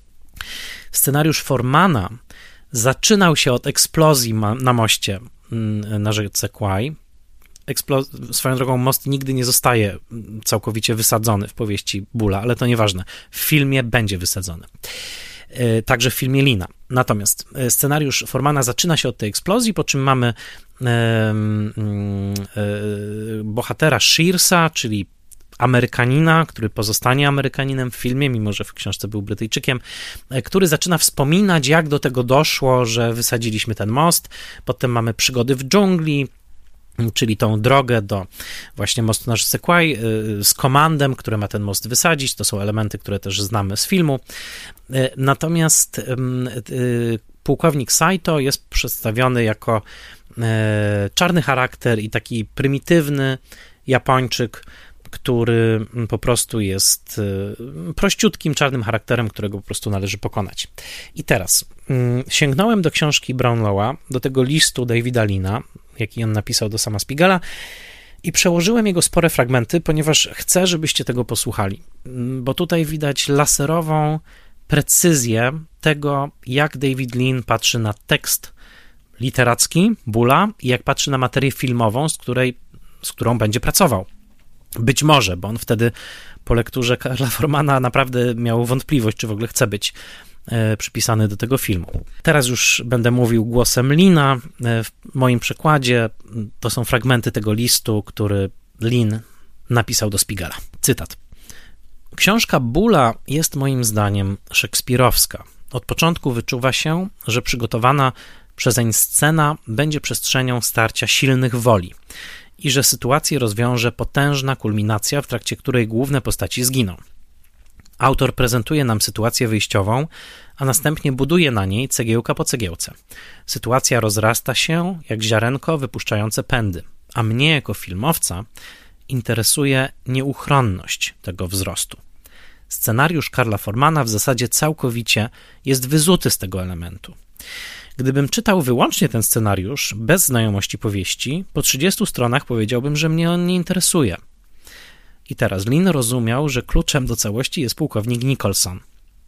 Scenariusz Formana zaczynał się od eksplozji na moście na rzece Kwai. Swoją drogą, most nigdy nie zostaje całkowicie wysadzony w powieści Boulla, ale to nieważne. W filmie będzie wysadzony. Także w filmie Leana. Natomiast scenariusz Formana zaczyna się od tej eksplozji, po czym mamy bohatera Shearsa, czyli Amerykanina, który pozostanie Amerykaninem w filmie, mimo że w książce był Brytyjczykiem, który zaczyna wspominać, jak do tego doszło, że wysadziliśmy ten most. Potem mamy przygody w dżungli, czyli tą drogę do właśnie mostu na rzece Kwai z komandem, które ma ten most wysadzić. To są elementy, które też znamy z filmu. Natomiast pułkownik Saito jest przedstawiony jako czarny charakter i taki prymitywny Japończyk, który po prostu jest prościutkim, czarnym charakterem, którego po prostu należy pokonać. I teraz sięgnąłem do książki Brownlowa, do tego listu Davida Leana, jaki on napisał do sama Spiegela, i przełożyłem jego spore fragmenty, ponieważ chcę, żebyście tego posłuchali, bo tutaj widać laserową precyzję tego, jak David Lean patrzy na tekst literacki Boulla i jak patrzy na materię filmową, z którą będzie pracował. Być może, bo on wtedy po lekturze Karla Formana naprawdę miał wątpliwość, czy w ogóle chce być przypisany do tego filmu. Teraz już będę mówił głosem Leana. W moim przekładzie to są fragmenty tego listu, który Lean napisał do Spiegela. Cytat. Książka Boulla jest moim zdaniem szekspirowska. Od początku wyczuwa się, że przygotowana przezeń scena będzie przestrzenią starcia silnych woli i że sytuację rozwiąże potężna kulminacja, w trakcie której główne postaci zginą. Autor prezentuje nam sytuację wyjściową, a następnie buduje na niej cegiełka po cegiełce. Sytuacja rozrasta się jak ziarenko wypuszczające pędy, a mnie jako filmowca interesuje nieuchronność tego wzrostu. Scenariusz Karla Formana w zasadzie całkowicie jest wyzuty z tego elementu. Gdybym czytał wyłącznie ten scenariusz, bez znajomości powieści, po 30 stronach powiedziałbym, że mnie on nie interesuje. I teraz Lean rozumiał, że kluczem do całości jest pułkownik Nicholson.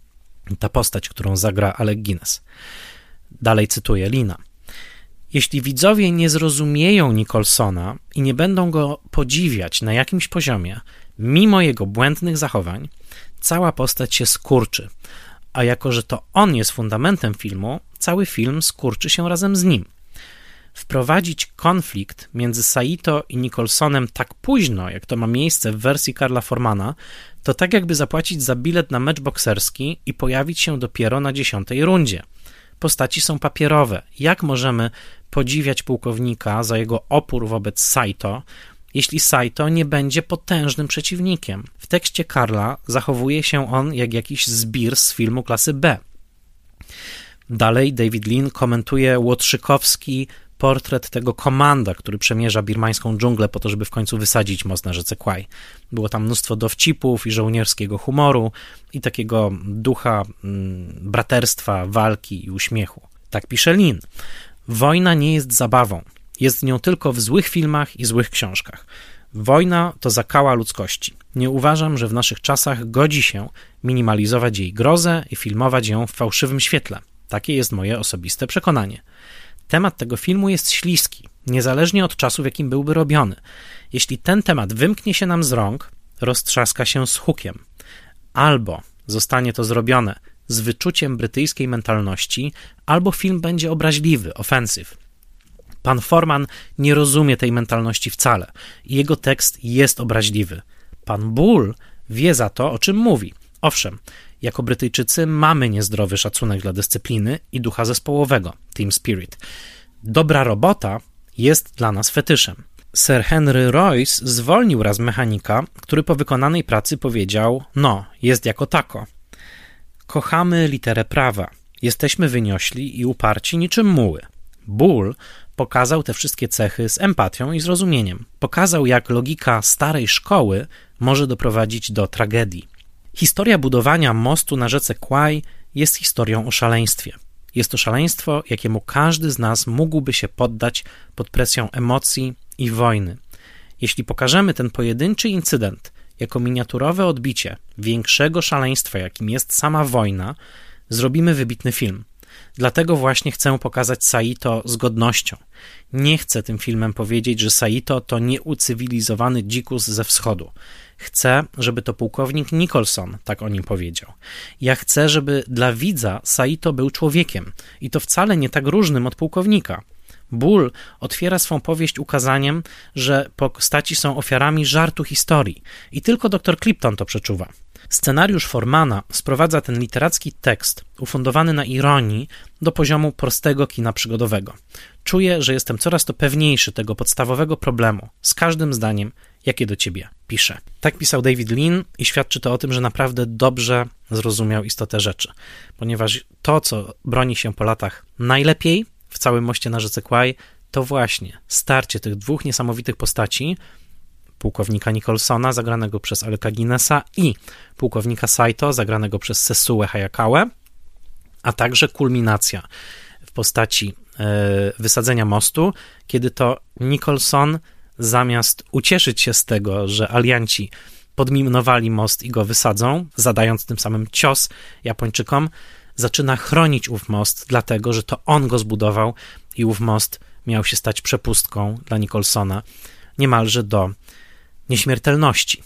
Ta postać, którą zagra Alec Guinness. Dalej cytuję Leana. Jeśli widzowie nie zrozumieją Nicholsona i nie będą go podziwiać na jakimś poziomie, mimo jego błędnych zachowań, cała postać się skurczy. A jako, że to on jest fundamentem filmu, cały film skurczy się razem z nim. Wprowadzić konflikt między Saito i Nicholsonem tak późno, jak to ma miejsce w wersji Karla Formana, to tak jakby zapłacić za bilet na mecz bokserski i pojawić się dopiero na 10. rundzie. Postaci są papierowe. Jak możemy podziwiać pułkownika za jego opór wobec Saito, jeśli Saito nie będzie potężnym przeciwnikiem. W tekście Karla zachowuje się on jak jakiś zbir z filmu klasy B. Dalej David Lean komentuje łotrzykowski portret tego komanda, który przemierza birmańską dżunglę po to, żeby w końcu wysadzić most na rzece Kwaj. Było tam mnóstwo dowcipów i żołnierskiego humoru i takiego ducha braterstwa, walki i uśmiechu. Tak pisze Lean. Wojna nie jest zabawą. Jest nią tylko w złych filmach i złych książkach. Wojna to zakała ludzkości. Nie uważam, że w naszych czasach godzi się minimalizować jej grozę i filmować ją w fałszywym świetle. Takie jest moje osobiste przekonanie. Temat tego filmu jest śliski, niezależnie od czasu, w jakim byłby robiony. Jeśli ten temat wymknie się nam z rąk, roztrzaska się z hukiem. Albo zostanie to zrobione z wyczuciem brytyjskiej mentalności, albo film będzie obraźliwy, offensive. Pan Forman nie rozumie tej mentalności wcale i jego tekst jest obraźliwy. Pan Bull wie za to, o czym mówi. Owszem, jako Brytyjczycy mamy niezdrowy szacunek dla dyscypliny i ducha zespołowego, team spirit. Dobra robota jest dla nas fetyszem. Sir Henry Royce zwolnił raz mechanika, który po wykonanej pracy powiedział: no, jest jako tako. Kochamy literę prawa. Jesteśmy wyniośli i uparci niczym muły. Bull pokazał te wszystkie cechy z empatią i zrozumieniem. Pokazał, jak logika starej szkoły może doprowadzić do tragedii. Historia budowania mostu na rzece Kwaj jest historią o szaleństwie. Jest to szaleństwo, jakiemu każdy z nas mógłby się poddać pod presją emocji i wojny. Jeśli pokażemy ten pojedynczy incydent jako miniaturowe odbicie większego szaleństwa, jakim jest sama wojna, zrobimy wybitny film. Dlatego właśnie chcę pokazać Saito z godnością. Nie chcę tym filmem powiedzieć, że Saito to nieucywilizowany dzikus ze wschodu. Chcę, żeby to pułkownik Nicholson tak o nim powiedział. Ja chcę, żeby dla widza Saito był człowiekiem i to wcale nie tak różnym od pułkownika. Bull otwiera swą powieść ukazaniem, że postaci są ofiarami żartu historii i tylko dr Clipton to przeczuwa. Scenariusz Formana sprowadza ten literacki tekst, ufundowany na ironii, do poziomu prostego kina przygodowego. Czuję, że jestem coraz to pewniejszy tego podstawowego problemu z każdym zdaniem, jakie do ciebie piszę. Tak pisał David Lean i świadczy to o tym, że naprawdę dobrze zrozumiał istotę rzeczy, ponieważ to, co broni się po latach najlepiej w całym moście na rzece Kwaj, to właśnie starcie tych dwóch niesamowitych postaci, pułkownika Nicholsona, zagranego przez Aleka Guinnessa, i pułkownika Saito, zagranego przez Sesue Hayakawe, a także kulminacja w postaci wysadzenia mostu, kiedy to Nicholson, zamiast ucieszyć się z tego, że alianci podminowali most i go wysadzą, zadając tym samym cios Japończykom, zaczyna chronić ów most, dlatego że to on go zbudował i ów most miał się stać przepustką dla Nicholsona niemalże do nieśmiertelności.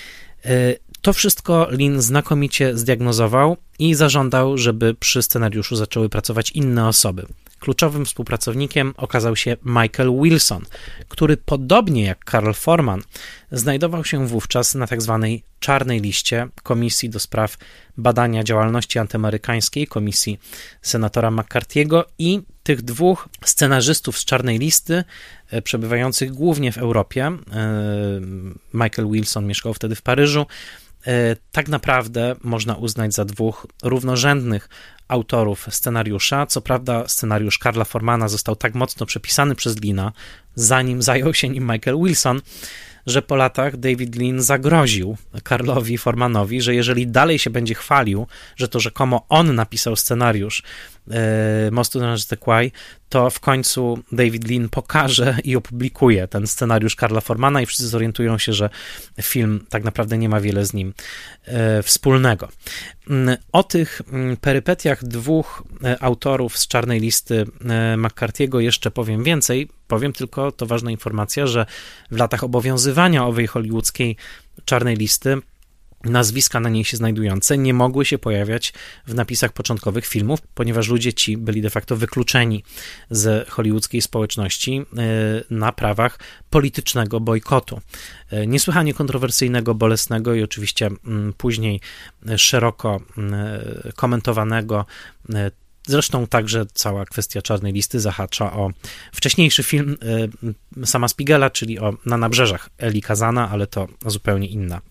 To wszystko Lean znakomicie zdiagnozował i zażądał, żeby przy scenariuszu zaczęły pracować inne osoby. Kluczowym współpracownikiem okazał się Michael Wilson, który podobnie jak Karl Forman znajdował się wówczas na tzw. czarnej liście Komisji do spraw badania działalności antyamerykańskiej, komisji senatora McCarthy'ego, i tych dwóch scenarzystów z czarnej listy, przebywających głównie w Europie, Michael Wilson mieszkał wtedy w Paryżu, tak naprawdę można uznać za dwóch równorzędnych autorów scenariusza. Co prawda scenariusz Karla Formana został tak mocno przepisany przez Leana, zanim zajął się nim Michael Wilson, że po latach David Lean zagroził Karlowi Formanowi, że jeżeli dalej się będzie chwalił, że to rzekomo on napisał scenariusz Mostu na rzece Kwaj, to w końcu David Lean pokaże i opublikuje ten scenariusz Karla Formana i wszyscy zorientują się, że film tak naprawdę nie ma wiele z nim wspólnego. O tych perypetiach dwóch autorów z czarnej listy McCarthy'ego jeszcze powiem więcej. Powiem tylko, to ważna informacja, że w latach obowiązywania owej hollywoodzkiej czarnej listy nazwiska na niej się znajdujące nie mogły się pojawiać w napisach początkowych filmów, ponieważ ludzie ci byli de facto wykluczeni z hollywoodzkiej społeczności na prawach politycznego bojkotu. Niesłychanie kontrowersyjnego, bolesnego i oczywiście później szeroko komentowanego Zresztą także cała kwestia czarnej listy zahacza o wcześniejszy film sama Spiegela, czyli o Na nabrzeżach Eli Kazana, ale to zupełnie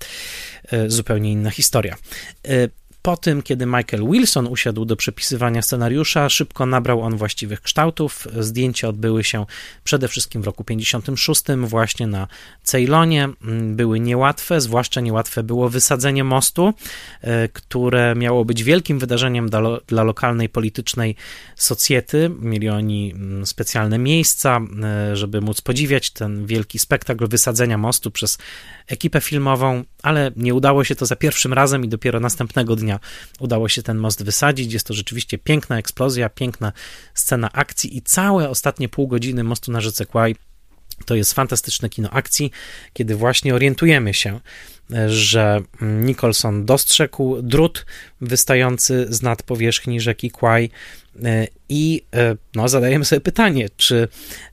inna historia. Po tym, kiedy Michael Wilson usiadł do przepisywania scenariusza, szybko nabrał on właściwych kształtów. Zdjęcia odbyły się przede wszystkim w roku 1956 właśnie na Ceylonie. Były niełatwe, zwłaszcza niełatwe było wysadzenie mostu, które miało być wielkim wydarzeniem dla lokalnej politycznej socjety. Mieli oni specjalne miejsca, żeby móc podziwiać ten wielki spektakl wysadzenia mostu przez ekipę filmową, ale nie udało się to za pierwszym razem i dopiero następnego dnia udało się ten most wysadzić. Jest to rzeczywiście piękna eksplozja, piękna scena akcji i całe ostatnie pół godziny Mostu na rzece Kwai to jest fantastyczne kino akcji, kiedy właśnie orientujemy się, że Nicholson dostrzegł drut wystający z nad powierzchni rzeki Kwai i zadajemy sobie pytanie, czy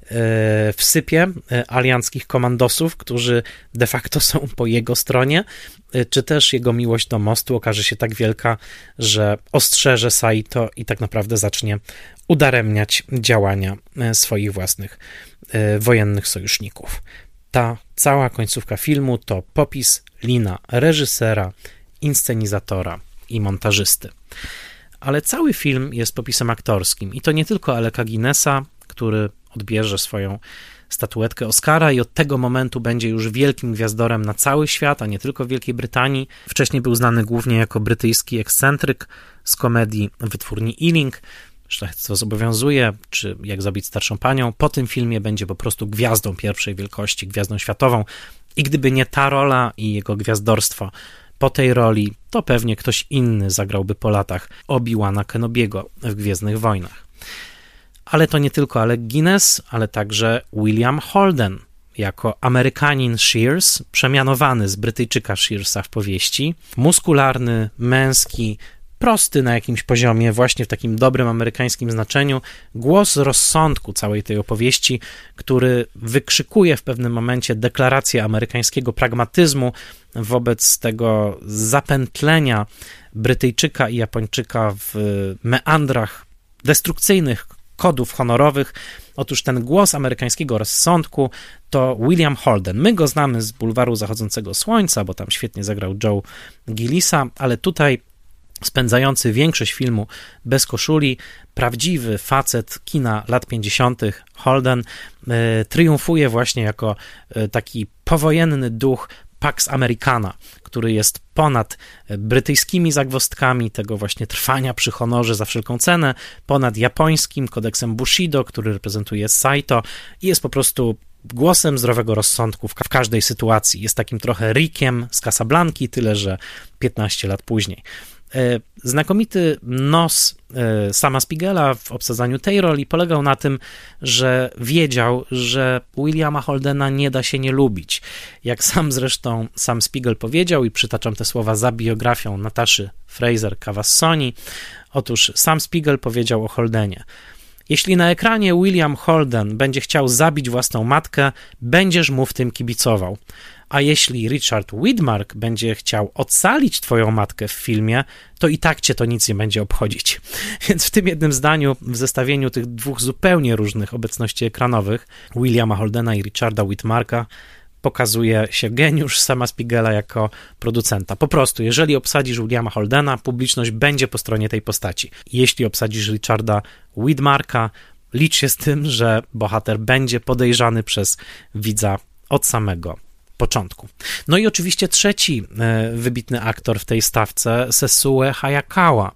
w sypie alianckich komandosów, którzy de facto są po jego stronie, czy też jego miłość do mostu okaże się tak wielka, że ostrzeże Saito i tak naprawdę zacznie udaremniać działania swoich własnych wojennych sojuszników. Ta cała końcówka filmu to popis lina reżysera, inscenizatora i montażysty. Ale cały film jest popisem aktorskim i to nie tylko Aleka Guinnessa, który odbierze swoją statuetkę Oscara i od tego momentu będzie już wielkim gwiazdorem na cały świat, a nie tylko w Wielkiej Brytanii. Wcześniej był znany głównie jako brytyjski ekscentryk z komedii wytwórni Ealing, Szlachectwo zobowiązuje, czy Jak zabić starszą panią. Po tym filmie będzie po prostu gwiazdą pierwszej wielkości, gwiazdą światową i gdyby nie ta rola i jego gwiazdorstwo po tej roli, to pewnie ktoś inny zagrałby po latach Obi-Wana Kenobiego w Gwiezdnych Wojnach. Ale to nie tylko Alec Guinness, ale także William Holden jako Amerykanin Shears, przemianowany z Brytyjczyka Shearsa w powieści, muskularny, męski, prosty na jakimś poziomie, właśnie w takim dobrym amerykańskim znaczeniu, głos rozsądku całej tej opowieści, który wykrzykuje w pewnym momencie deklarację amerykańskiego pragmatyzmu wobec tego zapętlenia Brytyjczyka i Japończyka w meandrach destrukcyjnych kodów honorowych. Otóż ten głos amerykańskiego rozsądku to William Holden. My go znamy z Bulwaru Zachodzącego Słońca, bo tam świetnie zagrał Joe Gillisa, ale tutaj spędzający większość filmu bez koszuli, prawdziwy facet kina lat 50. Holden triumfuje właśnie jako taki powojenny duch Pax Americana, który jest ponad brytyjskimi zagwozdkami tego właśnie trwania przy honorze za wszelką cenę, ponad japońskim kodeksem Bushido, który reprezentuje Saito i jest po prostu głosem zdrowego rozsądku w każdej sytuacji. Jest takim trochę Rickiem z Casablanki, tyle że 15 lat później. Znakomity nos sama Spiegela w obsadzaniu tej roli polegał na tym, że wiedział, że Williama Holdena nie da się nie lubić. Jak sam Spiegel powiedział, i przytaczam te słowa za biografią Nataszy Fraser-Cavassoni, otóż sam Spiegel powiedział o Holdenie: jeśli na ekranie William Holden będzie chciał zabić własną matkę, będziesz mu w tym kibicował. A jeśli Richard Widmark będzie chciał ocalić twoją matkę w filmie, to i tak cię to nic nie będzie obchodzić. Więc w tym jednym zdaniu, w zestawieniu tych dwóch zupełnie różnych obecności ekranowych, Williama Holdena i Richarda Widmarka, pokazuje się geniusz sama Spiegela jako producenta. Po prostu, jeżeli obsadzisz Williama Holdena, publiczność będzie po stronie tej postaci. Jeśli obsadzisz Richarda Widmarka, licz się z tym, że bohater będzie podejrzany przez widza od samego początku. No i oczywiście trzeci wybitny aktor w tej stawce, Sesue Hayakawa.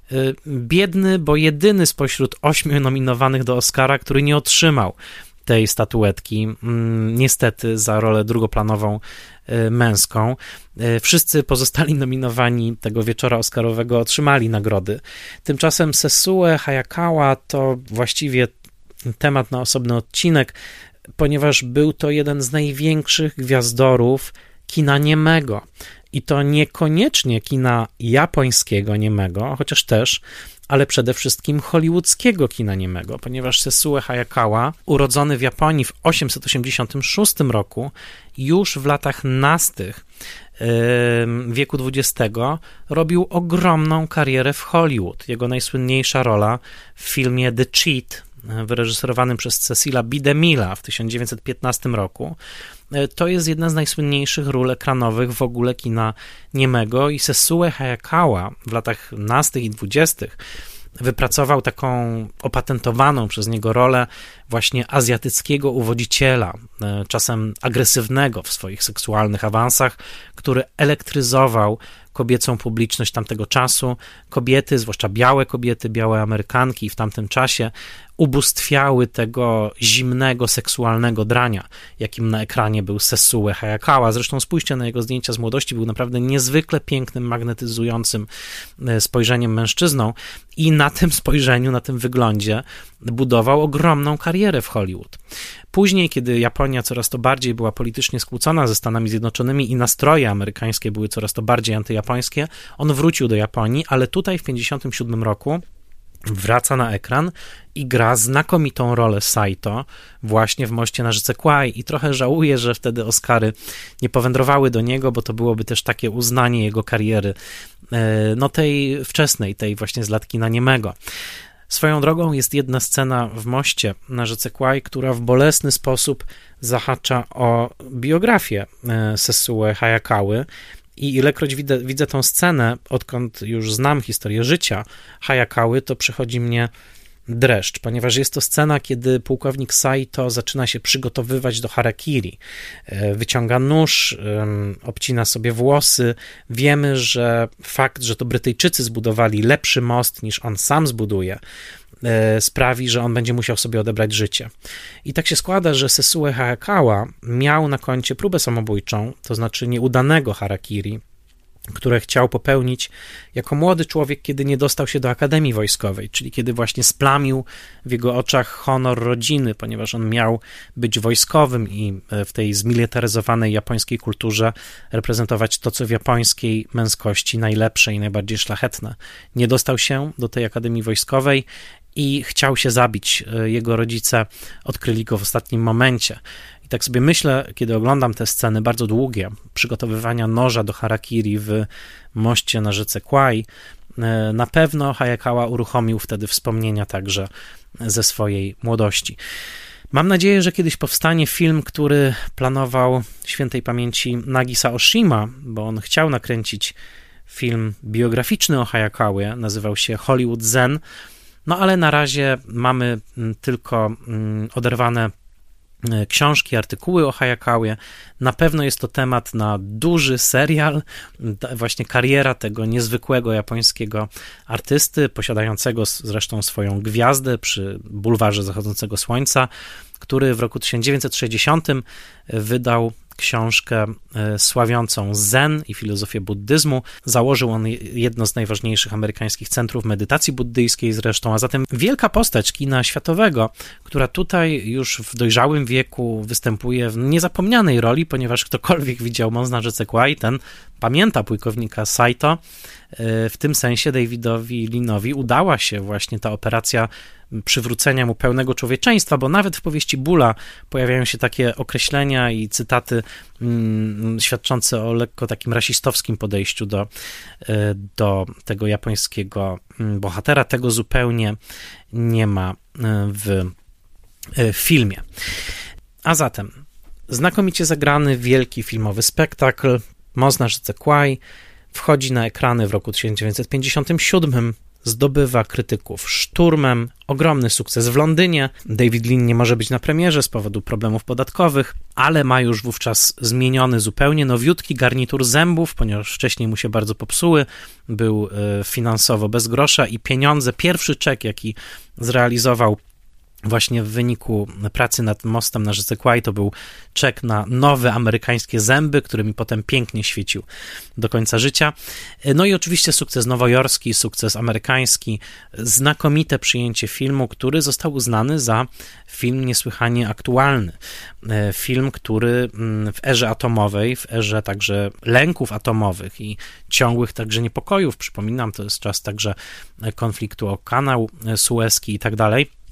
Biedny, bo jedyny spośród 8 nominowanych do Oscara, który nie otrzymał tej statuetki, niestety za rolę drugoplanową męską. Wszyscy pozostali nominowani tego wieczora oscarowego otrzymali nagrody. Tymczasem Sesue Hayakawa to właściwie temat na osobny odcinek, ponieważ był to jeden z największych gwiazdorów kina niemego. I to niekoniecznie kina japońskiego niemego, chociaż też, ale przede wszystkim hollywoodzkiego kina niemego, ponieważ Sesue Hayakawa, urodzony w Japonii w 886 roku, już w latach nastych wieku XX robił ogromną karierę w Hollywood. Jego najsłynniejsza rola w filmie The Cheat, wyreżyserowanym przez Cecila B. DeMilla w 1915 roku, to jest jedna z najsłynniejszych ról ekranowych w ogóle kina niemego i Sesue Hayakawa w latach 15 i 20 wypracował taką opatentowaną przez niego rolę właśnie azjatyckiego uwodziciela, czasem agresywnego w swoich seksualnych awansach, który elektryzował kobiecą publiczność tamtego czasu. Kobiety, zwłaszcza białe kobiety, białe Amerykanki w tamtym czasie ubóstwiały tego zimnego, seksualnego drania, jakim na ekranie był Sesue Hayakawa. Zresztą spójrzcie na jego zdjęcia z młodości, był naprawdę niezwykle pięknym, magnetyzującym spojrzeniem mężczyzną i na tym spojrzeniu, na tym wyglądzie budował ogromną karierę w Hollywood. Później, kiedy Japonia coraz to bardziej była politycznie skłócona ze Stanami Zjednoczonymi i nastroje amerykańskie były coraz to bardziej antyjapońskie, on wrócił do Japonii, ale tutaj w 1957 roku wraca na ekran i gra znakomitą rolę Saito właśnie w Moście na rzece Kwai i trochę żałuję, że wtedy Oscary nie powędrowały do niego, bo to byłoby też takie uznanie jego kariery, no tej wczesnej, tej właśnie z lat kina niemego. Swoją drogą jest jedna scena w Moście na rzece Kwai, która w bolesny sposób zahacza o biografię Sesue Hayakawy. I ilekroć widzę tą scenę, odkąd już znam historię życia Hayakawy, to przychodzi mnie dreszcz, ponieważ jest to scena, kiedy pułkownik Saito zaczyna się przygotowywać do harakiri. Wyciąga nóż, obcina sobie włosy. Wiemy, że fakt, że to Brytyjczycy zbudowali lepszy most niż on sam zbuduje, sprawi, że on będzie musiał sobie odebrać życie. I tak się składa, że Sesue Hayakawa miał na koncie próbę samobójczą, to znaczy nieudanego harakiri, które chciał popełnić jako młody człowiek, kiedy nie dostał się do Akademii Wojskowej, czyli kiedy właśnie splamił w jego oczach honor rodziny, ponieważ on miał być wojskowym i w tej zmilitaryzowanej japońskiej kulturze reprezentować to, co w japońskiej męskości najlepsze i najbardziej szlachetne. Nie dostał się do tej Akademii Wojskowej i chciał się zabić. Jego rodzice odkryli go w ostatnim momencie. I tak sobie myślę, kiedy oglądam te sceny bardzo długie, przygotowywania noża do harakiri w Moście na rzece Kwai, na pewno Hayakawa uruchomił wtedy wspomnienia także ze swojej młodości. Mam nadzieję, że kiedyś powstanie film, który planował świętej pamięci Nagisa Oshima, bo on chciał nakręcić film biograficzny o Hayakawie, nazywał się Hollywood Zen, no ale na razie mamy tylko oderwane książki, artykuły o Hayakawie. Na pewno jest to temat na duży serial, właśnie kariera tego niezwykłego japońskiego artysty, posiadającego zresztą swoją gwiazdę przy bulwarze zachodzącego słońca, który w roku 1960 wydał książkę sławiącą zen i filozofię buddyzmu. Założył on jedno z najważniejszych amerykańskich centrów medytacji buddyjskiej zresztą, a zatem wielka postać kina światowego, która tutaj już w dojrzałym wieku występuje w niezapomnianej roli, ponieważ ktokolwiek widział Most na rzece Kwai, ten pamięta pułkownika Saito. W tym sensie Davidowi Leanowi udała się właśnie ta operacja przywrócenia mu pełnego człowieczeństwa, bo nawet w powieści Bulla pojawiają się takie określenia i cytaty świadczące o lekko takim rasistowskim podejściu do tego japońskiego bohatera. Tego zupełnie nie ma w filmie. A zatem znakomicie zagrany, wielki filmowy spektakl Most na rzece Kwai wchodzi na ekrany w roku 1957, zdobywa krytyków szturmem, ogromny sukces w Londynie. David Lean nie może być na premierze z powodu problemów podatkowych, ale ma już wówczas zmieniony zupełnie nowiutki garnitur zębów, ponieważ wcześniej mu się bardzo popsuły, był finansowo bez grosza i pieniądze, pierwszy czek, jaki zrealizował właśnie w wyniku pracy nad mostem na rzece Kwai, to był czek na nowe amerykańskie zęby, którymi potem pięknie świecił do końca życia. No i oczywiście sukces nowojorski, sukces amerykański, znakomite przyjęcie filmu, który został uznany za film niesłychanie aktualny. Film, który w erze atomowej, w erze także lęków atomowych i ciągłych także niepokojów, przypominam, to jest czas także konfliktu o kanał sueski i tak dalej,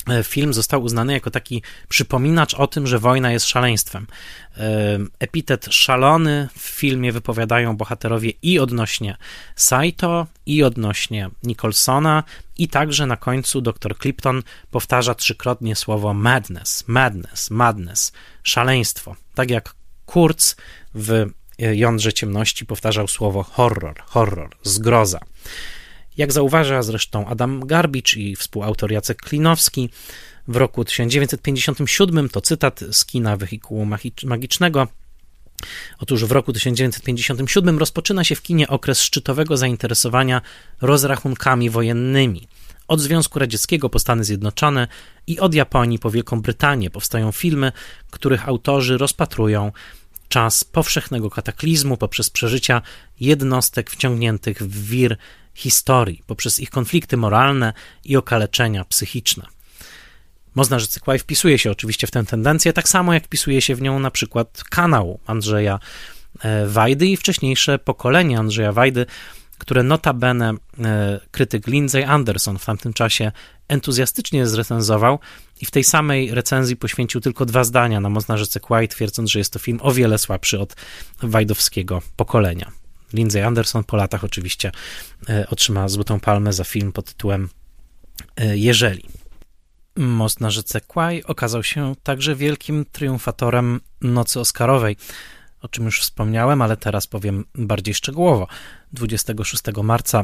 film został uznany jako taki przypominacz o tym, że wojna jest szaleństwem. Epitet szalony w filmie wypowiadają bohaterowie i odnośnie Saito, i odnośnie Nicholsona, i także na końcu dr Clipton powtarza 3-krotnie słowo madness, madness, madness, szaleństwo. Tak jak Kurtz w Jądrze ciemności powtarzał słowo horror, horror, zgroza. Jak zauważa zresztą Adam Garbicz i współautor Jacek Klinowski, w roku 1957, to cytat z kina Wehikułu Magicznego, otóż w roku 1957 rozpoczyna się w kinie okres szczytowego zainteresowania rozrachunkami wojennymi. Od Związku Radzieckiego po Stany Zjednoczone i od Japonii po Wielką Brytanię powstają filmy, których autorzy rozpatrują czas powszechnego kataklizmu poprzez przeżycia jednostek wciągniętych w wir historii, poprzez ich konflikty moralne i okaleczenia psychiczne. Można rzec Kwaj wpisuje się oczywiście w tę tendencję, tak samo jak wpisuje się w nią na przykład kanał Andrzeja Wajdy i wcześniejsze pokolenie Andrzeja Wajdy, które notabene krytyk Lindsay Anderson w tamtym czasie entuzjastycznie zrecenzował i w tej samej recenzji poświęcił tylko 2 zdania na Można rzece Kwaj, twierdząc, że jest to film o wiele słabszy od wajdowskiego pokolenia. Lindsay Anderson po latach oczywiście otrzyma Złotą Palmę za film pod tytułem Jeżeli. Most na rzece Kwaj okazał się także wielkim triumfatorem nocy oscarowej, o czym już wspomniałem, ale teraz powiem bardziej szczegółowo. 26 marca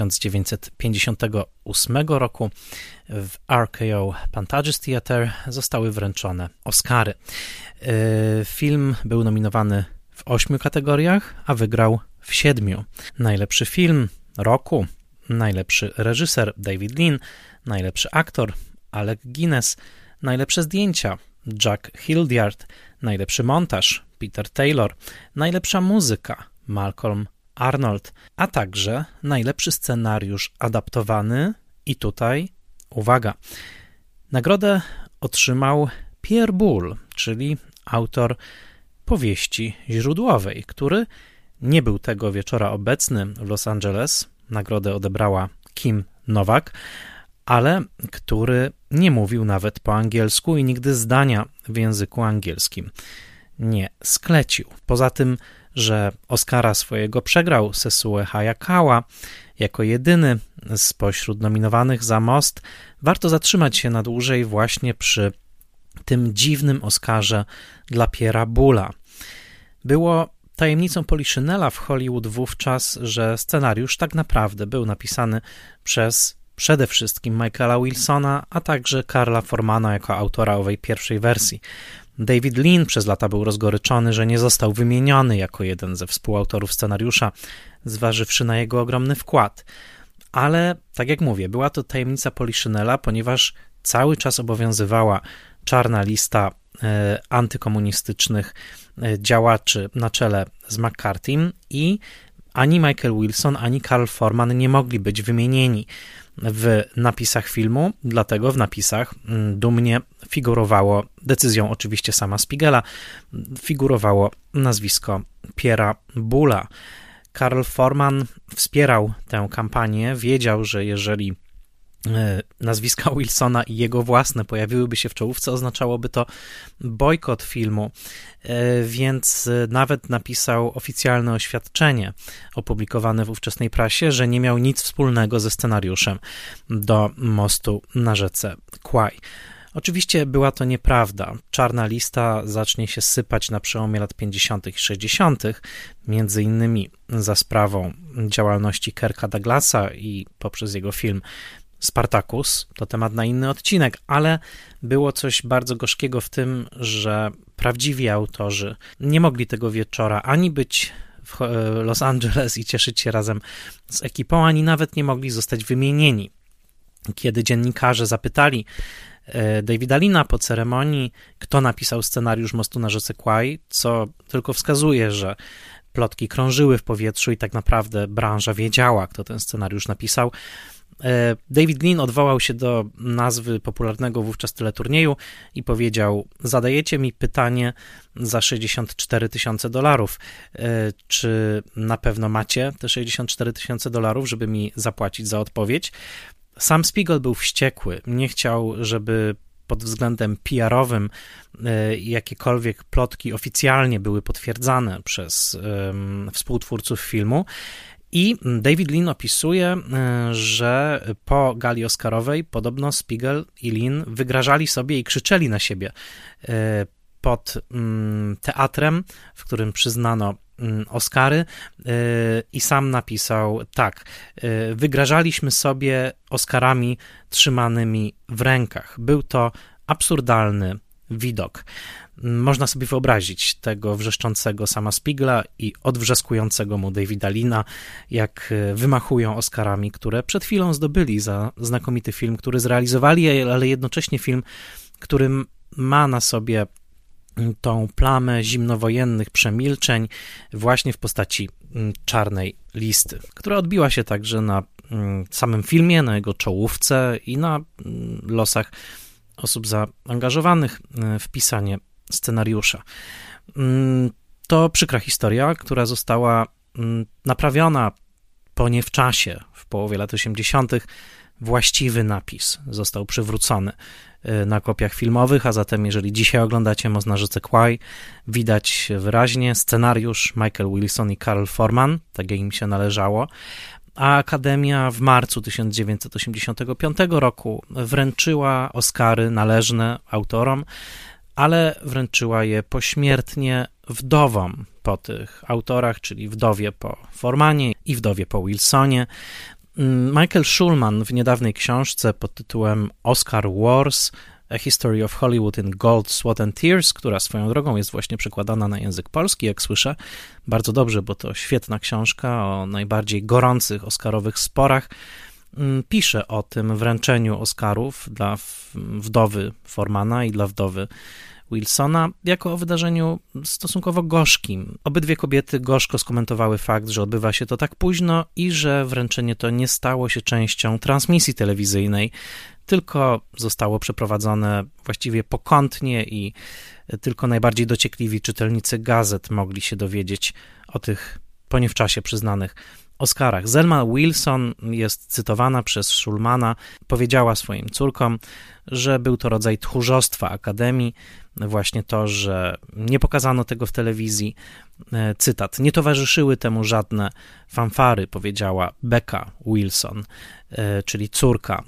1958 roku w RKO Pantages Theatre zostały wręczone Oscary. Film był nominowany w 8 kategoriach, a wygrał w 7. Najlepszy film roku, najlepszy reżyser David Lean, najlepszy aktor Alec Guinness, najlepsze zdjęcia Jack Hildyard, najlepszy montaż Peter Taylor, najlepsza muzyka Malcolm Arnold, a także najlepszy scenariusz adaptowany i tutaj, uwaga, nagrodę otrzymał Pierre Boulle, czyli autor powieści źródłowej, który nie był tego wieczora obecny w Los Angeles, nagrodę odebrała Kim Novak, ale który nie mówił nawet po angielsku i nigdy zdania w języku angielskim nie sklecił. Poza tym, że Oscara swojego przegrał Sesue Hayakawa jako jedyny spośród nominowanych za Most, warto zatrzymać się na dłużej właśnie przy tym dziwnym Oscarze dla Pierre'a Boulla. Było tajemnicą Poliszynela w Hollywood wówczas, że scenariusz tak naprawdę był napisany przez przede wszystkim Michaela Wilsona, a także Carla Formana jako autora owej pierwszej wersji. David Lean przez lata był rozgoryczony, że nie został wymieniony jako jeden ze współautorów scenariusza, zważywszy na jego ogromny wkład. Ale, tak jak mówię, była to tajemnica Poliszynela, ponieważ cały czas obowiązywała czarna lista antykomunistycznych działaczy na czele z McCarthym i ani Michael Wilson, ani Carl Forman nie mogli być wymienieni w napisach filmu, dlatego w napisach dumnie figurowało, decyzją oczywiście sama Spiegela, figurowało nazwisko Pierre'a Boulla. Carl Forman wspierał tę kampanię, wiedział, że jeżeli nazwiska Wilsona i jego własne pojawiłyby się w czołówce, oznaczałoby to bojkot filmu, więc nawet napisał oficjalne oświadczenie opublikowane w ówczesnej prasie, że nie miał nic wspólnego ze scenariuszem do Mostu na rzece Kwaj. Oczywiście była to nieprawda. Czarna lista zacznie się sypać na przełomie lat 50. i 60., między innymi za sprawą działalności Kirka Douglasa i poprzez jego film Spartacus, to temat na inny odcinek, ale było coś bardzo gorzkiego w tym, że prawdziwi autorzy nie mogli tego wieczora ani być w Los Angeles i cieszyć się razem z ekipą, ani nawet nie mogli zostać wymienieni. Kiedy dziennikarze zapytali Davida Leana po ceremonii, kto napisał scenariusz Mostu na rzece Kwaj, co tylko wskazuje, że plotki krążyły w powietrzu i tak naprawdę branża wiedziała, kto ten scenariusz napisał, David Lean odwołał się do nazwy popularnego wówczas teleturnieju i powiedział: zadajecie mi pytanie za $64,000. Czy na pewno macie te $64,000, żeby mi zapłacić za odpowiedź? Sam Spiegel był wściekły, nie chciał, żeby pod względem PR-owym jakiekolwiek plotki oficjalnie były potwierdzane przez współtwórców filmu. I David Lean opisuje, że po gali oscarowej podobno Spiegel i Lean wygrażali sobie i krzyczeli na siebie pod teatrem, w którym przyznano Oscary, i sam napisał tak: wygrażaliśmy sobie Oscarami trzymanymi w rękach. Był to absurdalny widok. Można sobie wyobrazić tego wrzeszczącego sama Spiegla i odwrzeskującego mu Davida Leana, jak wymachują Oscarami, które przed chwilą zdobyli za znakomity film, który zrealizowali, ale jednocześnie film, którym ma na sobie tą plamę zimnowojennych przemilczeń właśnie w postaci Czarnej listy, która odbiła się także na samym filmie, na jego czołówce i na losach osób zaangażowanych w pisanie scenariusza. To przykra historia, która została naprawiona po nie w czasie, w połowie lat 80. Właściwy napis został przywrócony na kopiach filmowych, a zatem jeżeli dzisiaj oglądacie Most na rzece Kwai, widać wyraźnie scenariusz Michael Wilson i Carl Foreman, tak jak im się należało, a Akademia w marcu 1985 roku wręczyła Oscary należne autorom, ale wręczyła je pośmiertnie wdowom po tych autorach, czyli wdowie po Formanie i wdowie po Wilsonie. Michael Schulman w niedawnej książce pod tytułem Oscar Wars – A History of Hollywood in Gold, Sweat and Tears, która swoją drogą jest właśnie przekładana na język polski, jak słyszę. Bardzo dobrze, bo to świetna książka o najbardziej gorących oscarowych sporach. Pisze o tym wręczeniu Oscarów dla wdowy Formana i dla wdowy Wilsona jako o wydarzeniu stosunkowo gorzkim. Obydwie kobiety gorzko skomentowały fakt, że odbywa się to tak późno i że wręczenie to nie stało się częścią transmisji telewizyjnej, tylko zostało przeprowadzone właściwie pokątnie i tylko najbardziej dociekliwi czytelnicy gazet mogli się dowiedzieć o tych po nie w czasie przyznanych Oscarach. Zelma Wilson jest cytowana przez Schulmana, powiedziała swoim córkom, że był to rodzaj tchórzostwa Akademii, właśnie to, że nie pokazano tego w telewizji. Cytat: nie towarzyszyły temu żadne fanfary, powiedziała Becca Wilson, czyli córka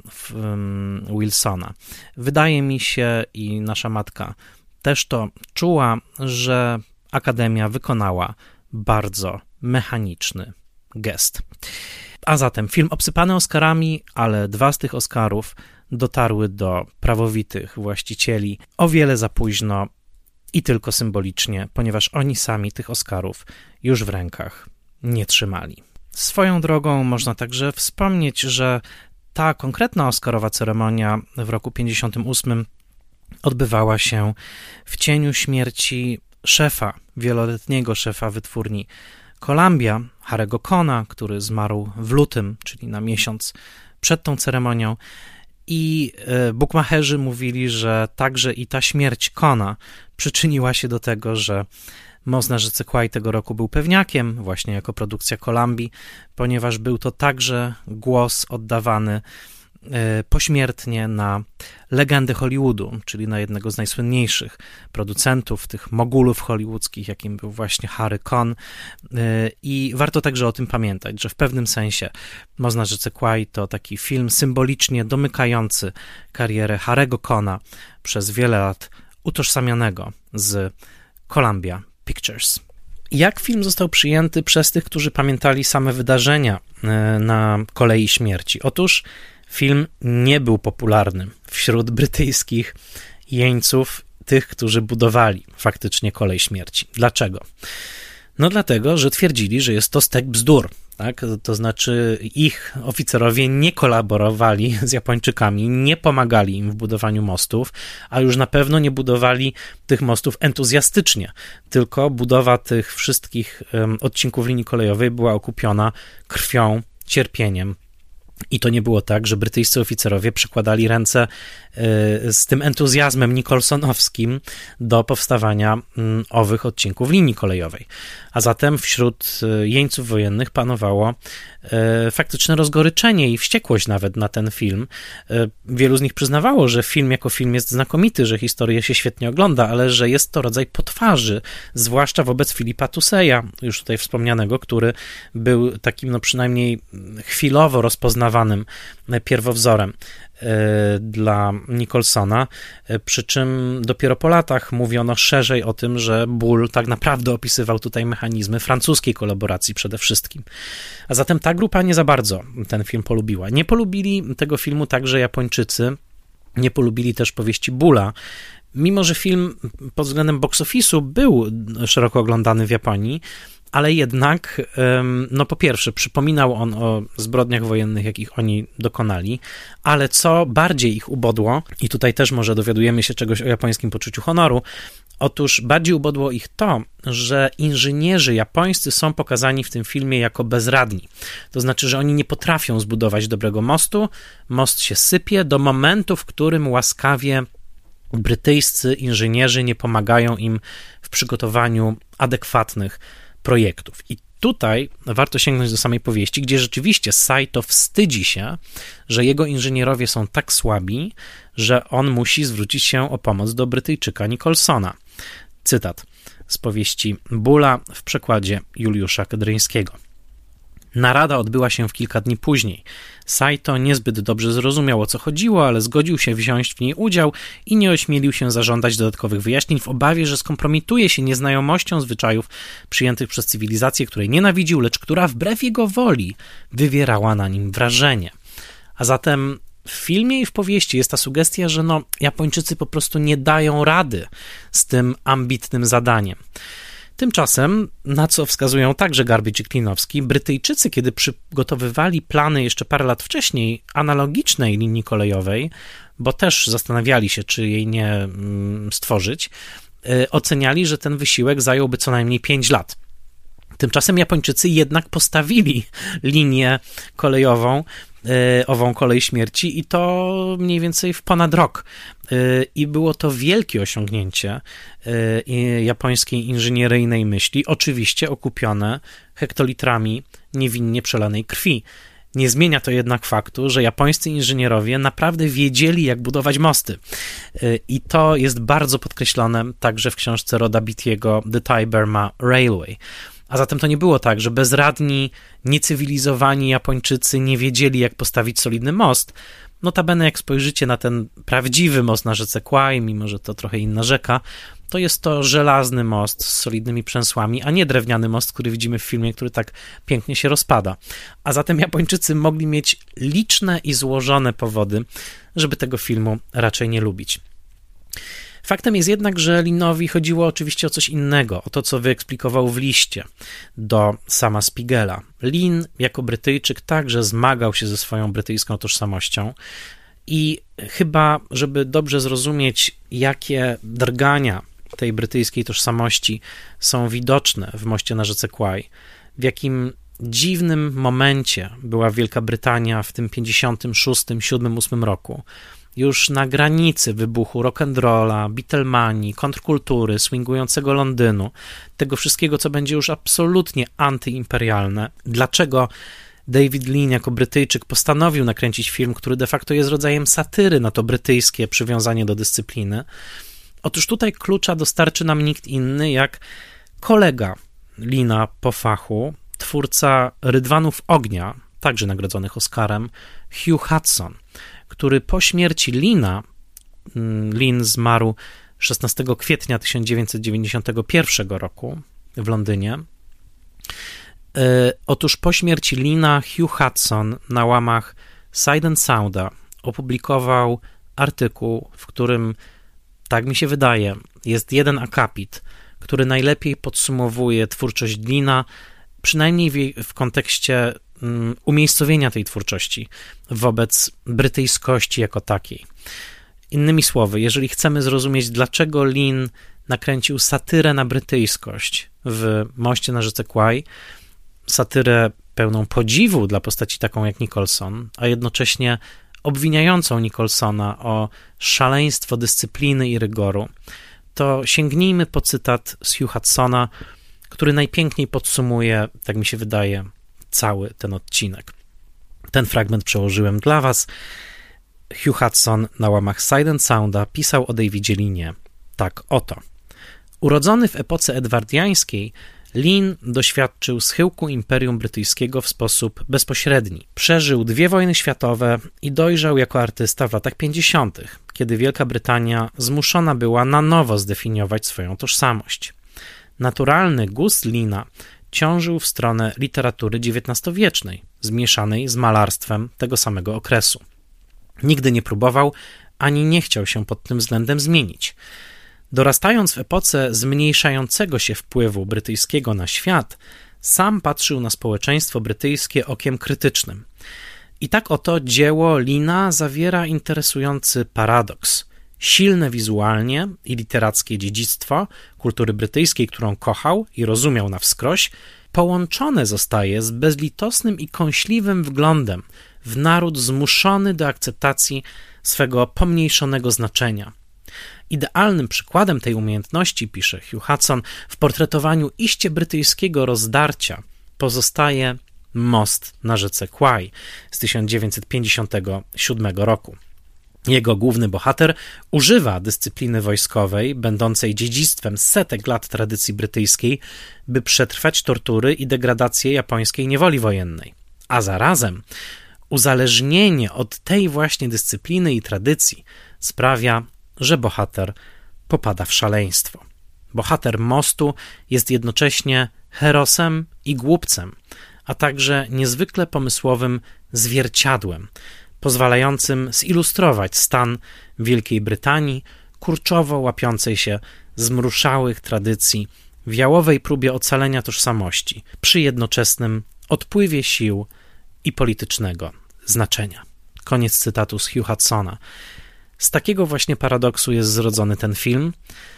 Wilsona. Wydaje mi się, i nasza matka też to czuła, że Akademia wykonała bardzo mechaniczny gest. A zatem film obsypany Oscarami, ale 2 z tych Oscarów dotarły do prawowitych właścicieli o wiele za późno i tylko symbolicznie, ponieważ oni sami tych Oscarów już w rękach nie trzymali. Swoją drogą można także wspomnieć, że ta konkretna Oscarowa ceremonia w roku 1958 odbywała się w cieniu śmierci wieloletniego szefa wytwórni Columbia, Harry'ego Cona, który zmarł w lutym, czyli na miesiąc przed tą ceremonią. I bukmacherzy mówili, że także i ta śmierć Cona przyczyniła się do tego, że Most na rzece Kwai tego roku był pewniakiem, właśnie jako produkcja Columbii, ponieważ był to także głos oddawany pośmiertnie na legendę Hollywoodu, czyli na jednego z najsłynniejszych producentów, tych mogulów hollywoodzkich, jakim był właśnie Harry Con. I warto także o tym pamiętać, że w pewnym sensie Most na rzece Kwai to taki film symbolicznie domykający karierę Harry'ego Cona przez wiele lat utożsamianego z Columbia Pictures. Jak film został przyjęty przez tych, którzy pamiętali same wydarzenia na kolei śmierci? Otóż film nie był popularny wśród brytyjskich jeńców, tych, którzy budowali faktycznie kolej śmierci. Dlaczego? No dlatego, że twierdzili, że jest to stek bzdur. Tak? To znaczy ich oficerowie nie kolaborowali z Japończykami, nie pomagali im w budowaniu mostów, a już na pewno nie budowali tych mostów entuzjastycznie, tylko budowa tych wszystkich odcinków linii kolejowej była okupiona krwią, cierpieniem I to nie było tak, że brytyjscy oficerowie przykładali ręce z tym entuzjazmem nicholsonowskim do powstawania owych odcinków linii kolejowej. A zatem wśród jeńców wojennych panowało faktyczne rozgoryczenie i wściekłość nawet na ten film. Wielu z nich przyznawało, że film jako film jest znakomity, że historię się świetnie ogląda, ale że jest to rodzaj potwarzy, zwłaszcza wobec Philippa Toussaint'a, już tutaj wspomnianego, który był takim przynajmniej chwilowo rozpoznawanym pierwowzorem dla Nicholsona, przy czym dopiero po latach mówiono szerzej o tym, że Bull tak naprawdę opisywał tutaj mechanizmy francuskiej kolaboracji przede wszystkim. A zatem ta grupa nie za bardzo ten film polubiła. Nie polubili tego filmu także Japończycy, nie polubili też powieści Bulla, mimo że film pod względem box office'u był szeroko oglądany w Japonii, ale jednak, no po pierwsze, przypominał on o zbrodniach wojennych, jakich oni dokonali, ale co bardziej ich ubodło, i tutaj też może dowiadujemy się czegoś o japońskim poczuciu honoru, otóż bardziej ubodło ich to, że inżynierzy japońscy są pokazani w tym filmie jako bezradni. To znaczy, że oni nie potrafią zbudować dobrego mostu, most się sypie do momentu, w którym łaskawie brytyjscy inżynierzy nie pomagają im w przygotowaniu adekwatnych projektów. I tutaj warto sięgnąć do samej powieści, gdzie rzeczywiście Saito wstydzi się, że jego inżynierowie są tak słabi, że on musi zwrócić się o pomoc do Brytyjczyka Nicholsona. Cytat z powieści Bulla w przekładzie Juliusza Kedryńskiego. Narada odbyła się w kilka dni później. Saito niezbyt dobrze zrozumiał, o co chodziło, ale zgodził się wziąć w niej udział i nie ośmielił się zażądać dodatkowych wyjaśnień w obawie, że skompromituje się nieznajomością zwyczajów przyjętych przez cywilizację, której nienawidził, lecz która wbrew jego woli wywierała na nim wrażenie. A zatem w filmie i w powieści jest ta sugestia, że Japończycy po prostu nie dają rady z tym ambitnym zadaniem. Tymczasem, na co wskazują także Garbage i Klinowski, Brytyjczycy, kiedy przygotowywali plany jeszcze parę lat wcześniej analogicznej linii kolejowej, bo też zastanawiali się, czy jej nie stworzyć, oceniali, że ten wysiłek zająłby co najmniej 5 lat. Tymczasem Japończycy jednak postawili linię kolejową, ową kolej śmierci, i to mniej więcej w ponad rok. I było to wielkie osiągnięcie japońskiej inżynieryjnej myśli, oczywiście okupione hektolitrami niewinnie przelanej krwi. Nie zmienia to jednak faktu, że japońscy inżynierowie naprawdę wiedzieli, jak budować mosty. I to jest bardzo podkreślone także w książce Roda Beatty'ego The Tai-Burma Railway. A zatem to nie było tak, że bezradni, niecywilizowani Japończycy nie wiedzieli, jak postawić solidny most. Notabene, jak spojrzycie na ten prawdziwy most na rzece Kwai, mimo że to trochę inna rzeka, to jest to żelazny most z solidnymi przęsłami, a nie drewniany most, który widzimy w filmie, który tak pięknie się rozpada. A zatem Japończycy mogli mieć liczne i złożone powody, żeby tego filmu raczej nie lubić. Faktem jest jednak, że Linowi chodziło oczywiście o coś innego, o to, co wyeksplikował w liście do sama Spiegela. Lin jako Brytyjczyk także zmagał się ze swoją brytyjską tożsamością i chyba, żeby dobrze zrozumieć, jakie drgania tej brytyjskiej tożsamości są widoczne w moście na rzece Kwai, w jakim dziwnym momencie była Wielka Brytania w tym 56, 7, 8 roku, już na granicy wybuchu rock'n'rolla, Beatlemanii, kontrkultury, swingującego Londynu, tego wszystkiego, co będzie już absolutnie antyimperialne. Dlaczego David Lean jako Brytyjczyk postanowił nakręcić film, który de facto jest rodzajem satyry na to brytyjskie przywiązanie do dyscypliny? Otóż tutaj klucza dostarczy nam nikt inny jak kolega Leana po fachu, twórca Rydwanów Ognia, także nagrodzonych Oscarem, Hugh Hudson, który po śmierci Leana, Lean zmarł 16 kwietnia 1991 roku w Londynie. Otóż po śmierci Leana Hugh Hudson na łamach Sight and Sounda opublikował artykuł, w którym, tak mi się wydaje, jest jeden akapit, który najlepiej podsumowuje twórczość Leana, przynajmniej w kontekście umiejscowienia tej twórczości wobec brytyjskości jako takiej. Innymi słowy, jeżeli chcemy zrozumieć, dlaczego Lean nakręcił satyrę na brytyjskość w Moście na rzece Kwai, satyrę pełną podziwu dla postaci taką jak Nicholson, a jednocześnie obwiniającą Nicholsona o szaleństwo dyscypliny i rygoru, to sięgnijmy po cytat z Hugh Hudsona, który najpiękniej podsumuje, tak mi się wydaje, cały ten odcinek. Ten fragment przełożyłem dla was. Hugh Hudson na łamach Sight & Sounda pisał o Davidzie Leanie tak oto. Urodzony w epoce edwardiańskiej, Lean doświadczył schyłku Imperium Brytyjskiego w sposób bezpośredni. Przeżył 2 wojny światowe i dojrzał jako artysta w latach 50., kiedy Wielka Brytania zmuszona była na nowo zdefiniować swoją tożsamość. Naturalny gust Leana ciążył w stronę literatury XIX-wiecznej, zmieszanej z malarstwem tego samego okresu. Nigdy nie próbował, ani nie chciał się pod tym względem zmienić. Dorastając w epoce zmniejszającego się wpływu brytyjskiego na świat, sam patrzył na społeczeństwo brytyjskie okiem krytycznym. I tak oto dzieło Leana zawiera interesujący paradoks. Silne wizualnie i literackie dziedzictwo kultury brytyjskiej, którą kochał i rozumiał na wskroś, połączone zostaje z bezlitosnym i kąśliwym wglądem w naród zmuszony do akceptacji swego pomniejszonego znaczenia. Idealnym przykładem tej umiejętności, pisze Hugh Hudson, w portretowaniu iście brytyjskiego rozdarcia pozostaje Most na rzece Kwai z 1957 roku. Jego główny bohater używa dyscypliny wojskowej, będącej dziedzictwem setek lat tradycji brytyjskiej, by przetrwać tortury i degradację japońskiej niewoli wojennej. A zarazem uzależnienie od tej właśnie dyscypliny i tradycji sprawia, że bohater popada w szaleństwo. Bohater Mostu jest jednocześnie herosem i głupcem, a także niezwykle pomysłowym zwierciadłem, pozwalającym zilustrować stan Wielkiej Brytanii, kurczowo łapiącej się zmruszałych tradycji w jałowej próbie ocalenia tożsamości, przy jednoczesnym odpływie sił i politycznego znaczenia. Koniec cytatu z Hugh Hudsona. Z takiego właśnie paradoksu jest zrodzony ten film.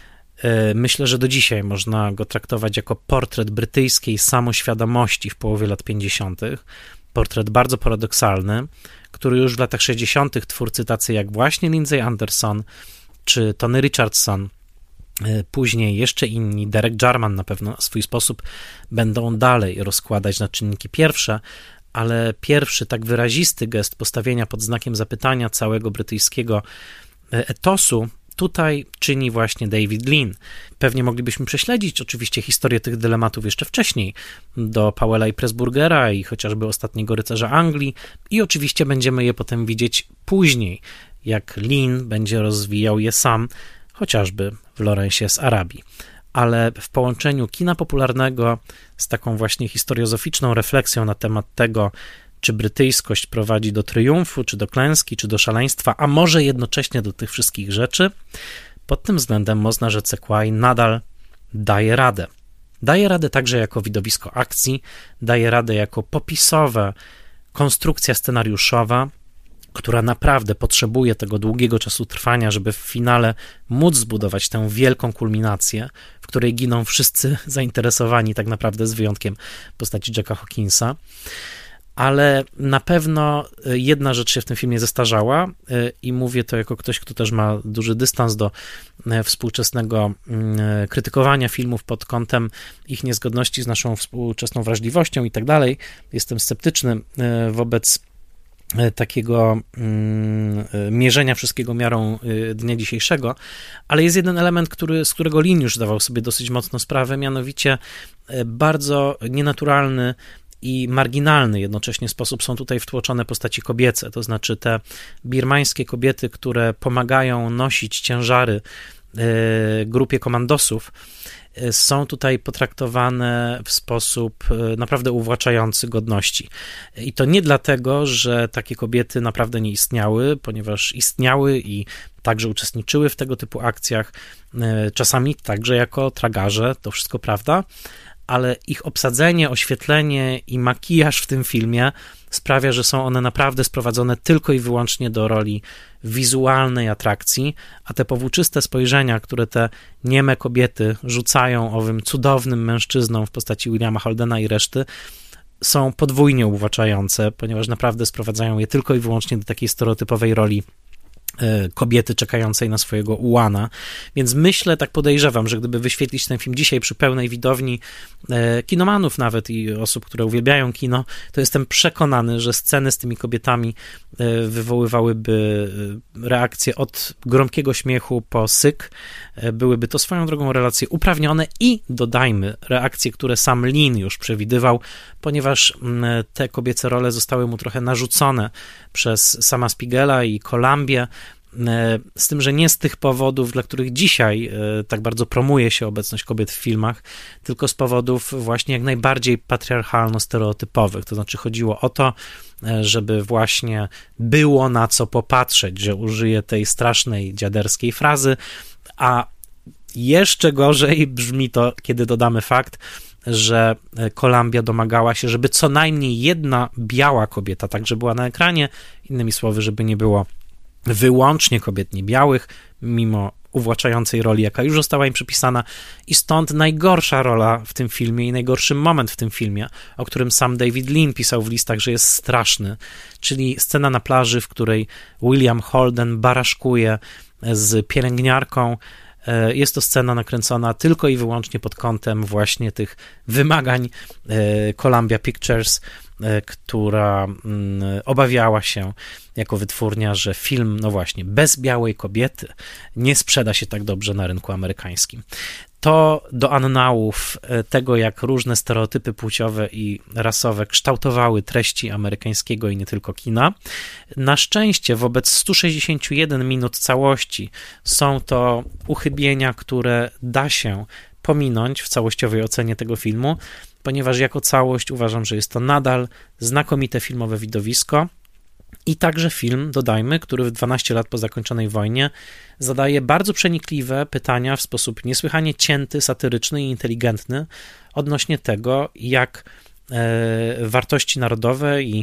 Myślę, że do dzisiaj można go traktować jako portret brytyjskiej samoświadomości w połowie lat 50. Portret bardzo paradoksalny, który już w latach 60. twórcy tacy jak właśnie Lindsay Anderson czy Tony Richardson, później jeszcze inni, Derek Jarman na pewno na swój sposób będą dalej rozkładać na czynniki pierwsze, ale pierwszy tak wyrazisty gest postawienia pod znakiem zapytania całego brytyjskiego etosu tutaj czyni właśnie David Lean. Pewnie moglibyśmy prześledzić oczywiście historię tych dylematów jeszcze wcześniej, do Powella i Pressburgera i chociażby Ostatniego Rycerza Anglii i oczywiście będziemy je potem widzieć później, jak Lean będzie rozwijał je sam, chociażby w Lawrence'ie z Arabii. Ale w połączeniu kina popularnego z taką właśnie historiozoficzną refleksją na temat tego, czy brytyjskość prowadzi do triumfu, czy do klęski, czy do szaleństwa, a może jednocześnie do tych wszystkich rzeczy, pod tym względem Most na rzece Kwai nadal daje radę. Daje radę także jako widowisko akcji, daje radę jako popisowa konstrukcja scenariuszowa, która naprawdę potrzebuje tego długiego czasu trwania, żeby w finale móc zbudować tę wielką kulminację, w której giną wszyscy zainteresowani, tak naprawdę z wyjątkiem postaci Jacka Hawkinsa. Ale na pewno jedna rzecz się w tym filmie zestarzała i mówię to jako ktoś, kto też ma duży dystans do współczesnego krytykowania filmów pod kątem ich niezgodności z naszą współczesną wrażliwością i tak dalej. Jestem sceptyczny wobec takiego mierzenia wszystkiego miarą dnia dzisiejszego, ale jest jeden element, z którego Lean już zdawał sobie dosyć mocno sprawę, mianowicie bardzo nienaturalny i marginalny jednocześnie sposób są tutaj wtłoczone postaci kobiece, to znaczy te birmańskie kobiety, które pomagają nosić ciężary grupie komandosów, są tutaj potraktowane w sposób naprawdę uwłaczający godności. I to nie dlatego, że takie kobiety naprawdę nie istniały, ponieważ istniały i także uczestniczyły w tego typu akcjach, czasami także jako tragarze, to wszystko prawda, ale ich obsadzenie, oświetlenie i makijaż w tym filmie sprawia, że są one naprawdę sprowadzone tylko i wyłącznie do roli wizualnej atrakcji, a te powłóczyste spojrzenia, które te nieme kobiety rzucają owym cudownym mężczyznom w postaci Williama Holdena i reszty, są podwójnie uwłaczające, ponieważ naprawdę sprowadzają je tylko i wyłącznie do takiej stereotypowej roli kobiety czekającej na swojego ułana, więc myślę, tak podejrzewam, że gdyby wyświetlić ten film dzisiaj przy pełnej widowni kinomanów nawet i osób, które uwielbiają kino, to jestem przekonany, że sceny z tymi kobietami wywoływałyby reakcje od gromkiego śmiechu po syk, byłyby to swoją drogą relacje uprawnione i dodajmy reakcje, które sam Lean już przewidywał, ponieważ te kobiece role zostały mu trochę narzucone przez sama Spiegela i Columbię, z tym, że nie z tych powodów, dla których dzisiaj tak bardzo promuje się obecność kobiet w filmach, tylko z powodów właśnie jak najbardziej patriarchalno-stereotypowych. To znaczy chodziło o to, żeby właśnie było na co popatrzeć, że użyję tej strasznej dziaderskiej frazy, a jeszcze gorzej brzmi to, kiedy dodamy fakt, że Columbia domagała się, żeby co najmniej jedna biała kobieta także była na ekranie, innymi słowy, żeby nie było wyłącznie kobiet niebiałych, mimo uwłaczającej roli, jaka już została im przypisana, i stąd najgorsza rola w tym filmie i najgorszy moment w tym filmie, o którym sam David Lean pisał w listach, że jest straszny, czyli scena na plaży, w której William Holden baraszkuje z pielęgniarką. Jest to scena nakręcona tylko i wyłącznie pod kątem właśnie tych wymagań Columbia Pictures, która obawiała się jako wytwórnia, że film, no właśnie, bez białej kobiety nie sprzeda się tak dobrze na rynku amerykańskim. To do annałów tego, jak różne stereotypy płciowe i rasowe kształtowały treści amerykańskiego i nie tylko kina. Na szczęście wobec 161 minut całości są to uchybienia, które da się pominąć w całościowej ocenie tego filmu, ponieważ jako całość uważam, że jest to nadal znakomite filmowe widowisko i także film, dodajmy, który w 12 lat po zakończonej wojnie zadaje bardzo przenikliwe pytania w sposób niesłychanie cięty, satyryczny i inteligentny odnośnie tego, jak wartości narodowe i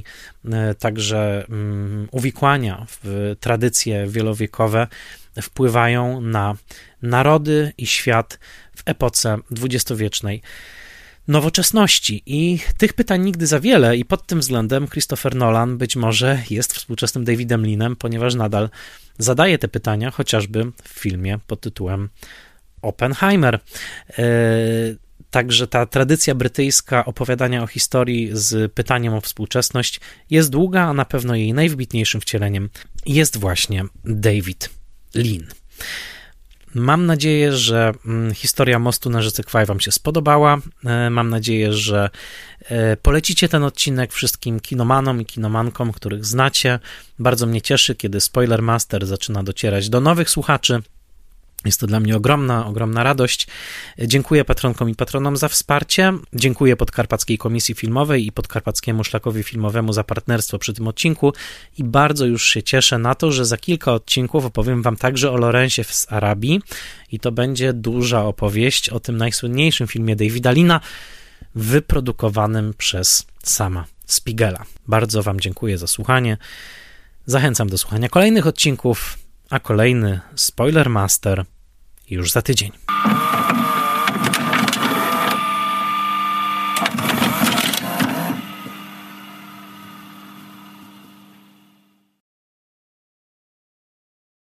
także uwikłania w tradycje wielowiekowe wpływają na narody i świat w epoce dwudziestowiecznej nowoczesności. I tych pytań nigdy za wiele i pod tym względem Christopher Nolan być może jest współczesnym Davidem Leanem, ponieważ nadal zadaje te pytania, chociażby w filmie pod tytułem Oppenheimer. Także ta tradycja brytyjska opowiadania o historii z pytaniem o współczesność jest długa, a na pewno jej najwybitniejszym wcieleniem jest właśnie David Lean. Mam nadzieję, że historia mostu na rzece Kwaj wam się spodobała. Mam nadzieję, że polecicie ten odcinek wszystkim kinomanom i kinomankom, których znacie. Bardzo mnie cieszy, kiedy Spoilermaster zaczyna docierać do nowych słuchaczy. Jest to dla mnie ogromna radość. Dziękuję patronkom i patronom za wsparcie. Dziękuję Podkarpackiej Komisji Filmowej i Podkarpackiemu Szlakowi Filmowemu za partnerstwo przy tym odcinku i bardzo już się cieszę na to, że za kilka odcinków opowiem wam także o Lorenzie z Arabii i to będzie duża opowieść o tym najsłynniejszym filmie Davida Leana wyprodukowanym przez sama Spiegela. Bardzo wam dziękuję za słuchanie. Zachęcam do słuchania kolejnych odcinków, a kolejny Spoilermaster już za tydzień.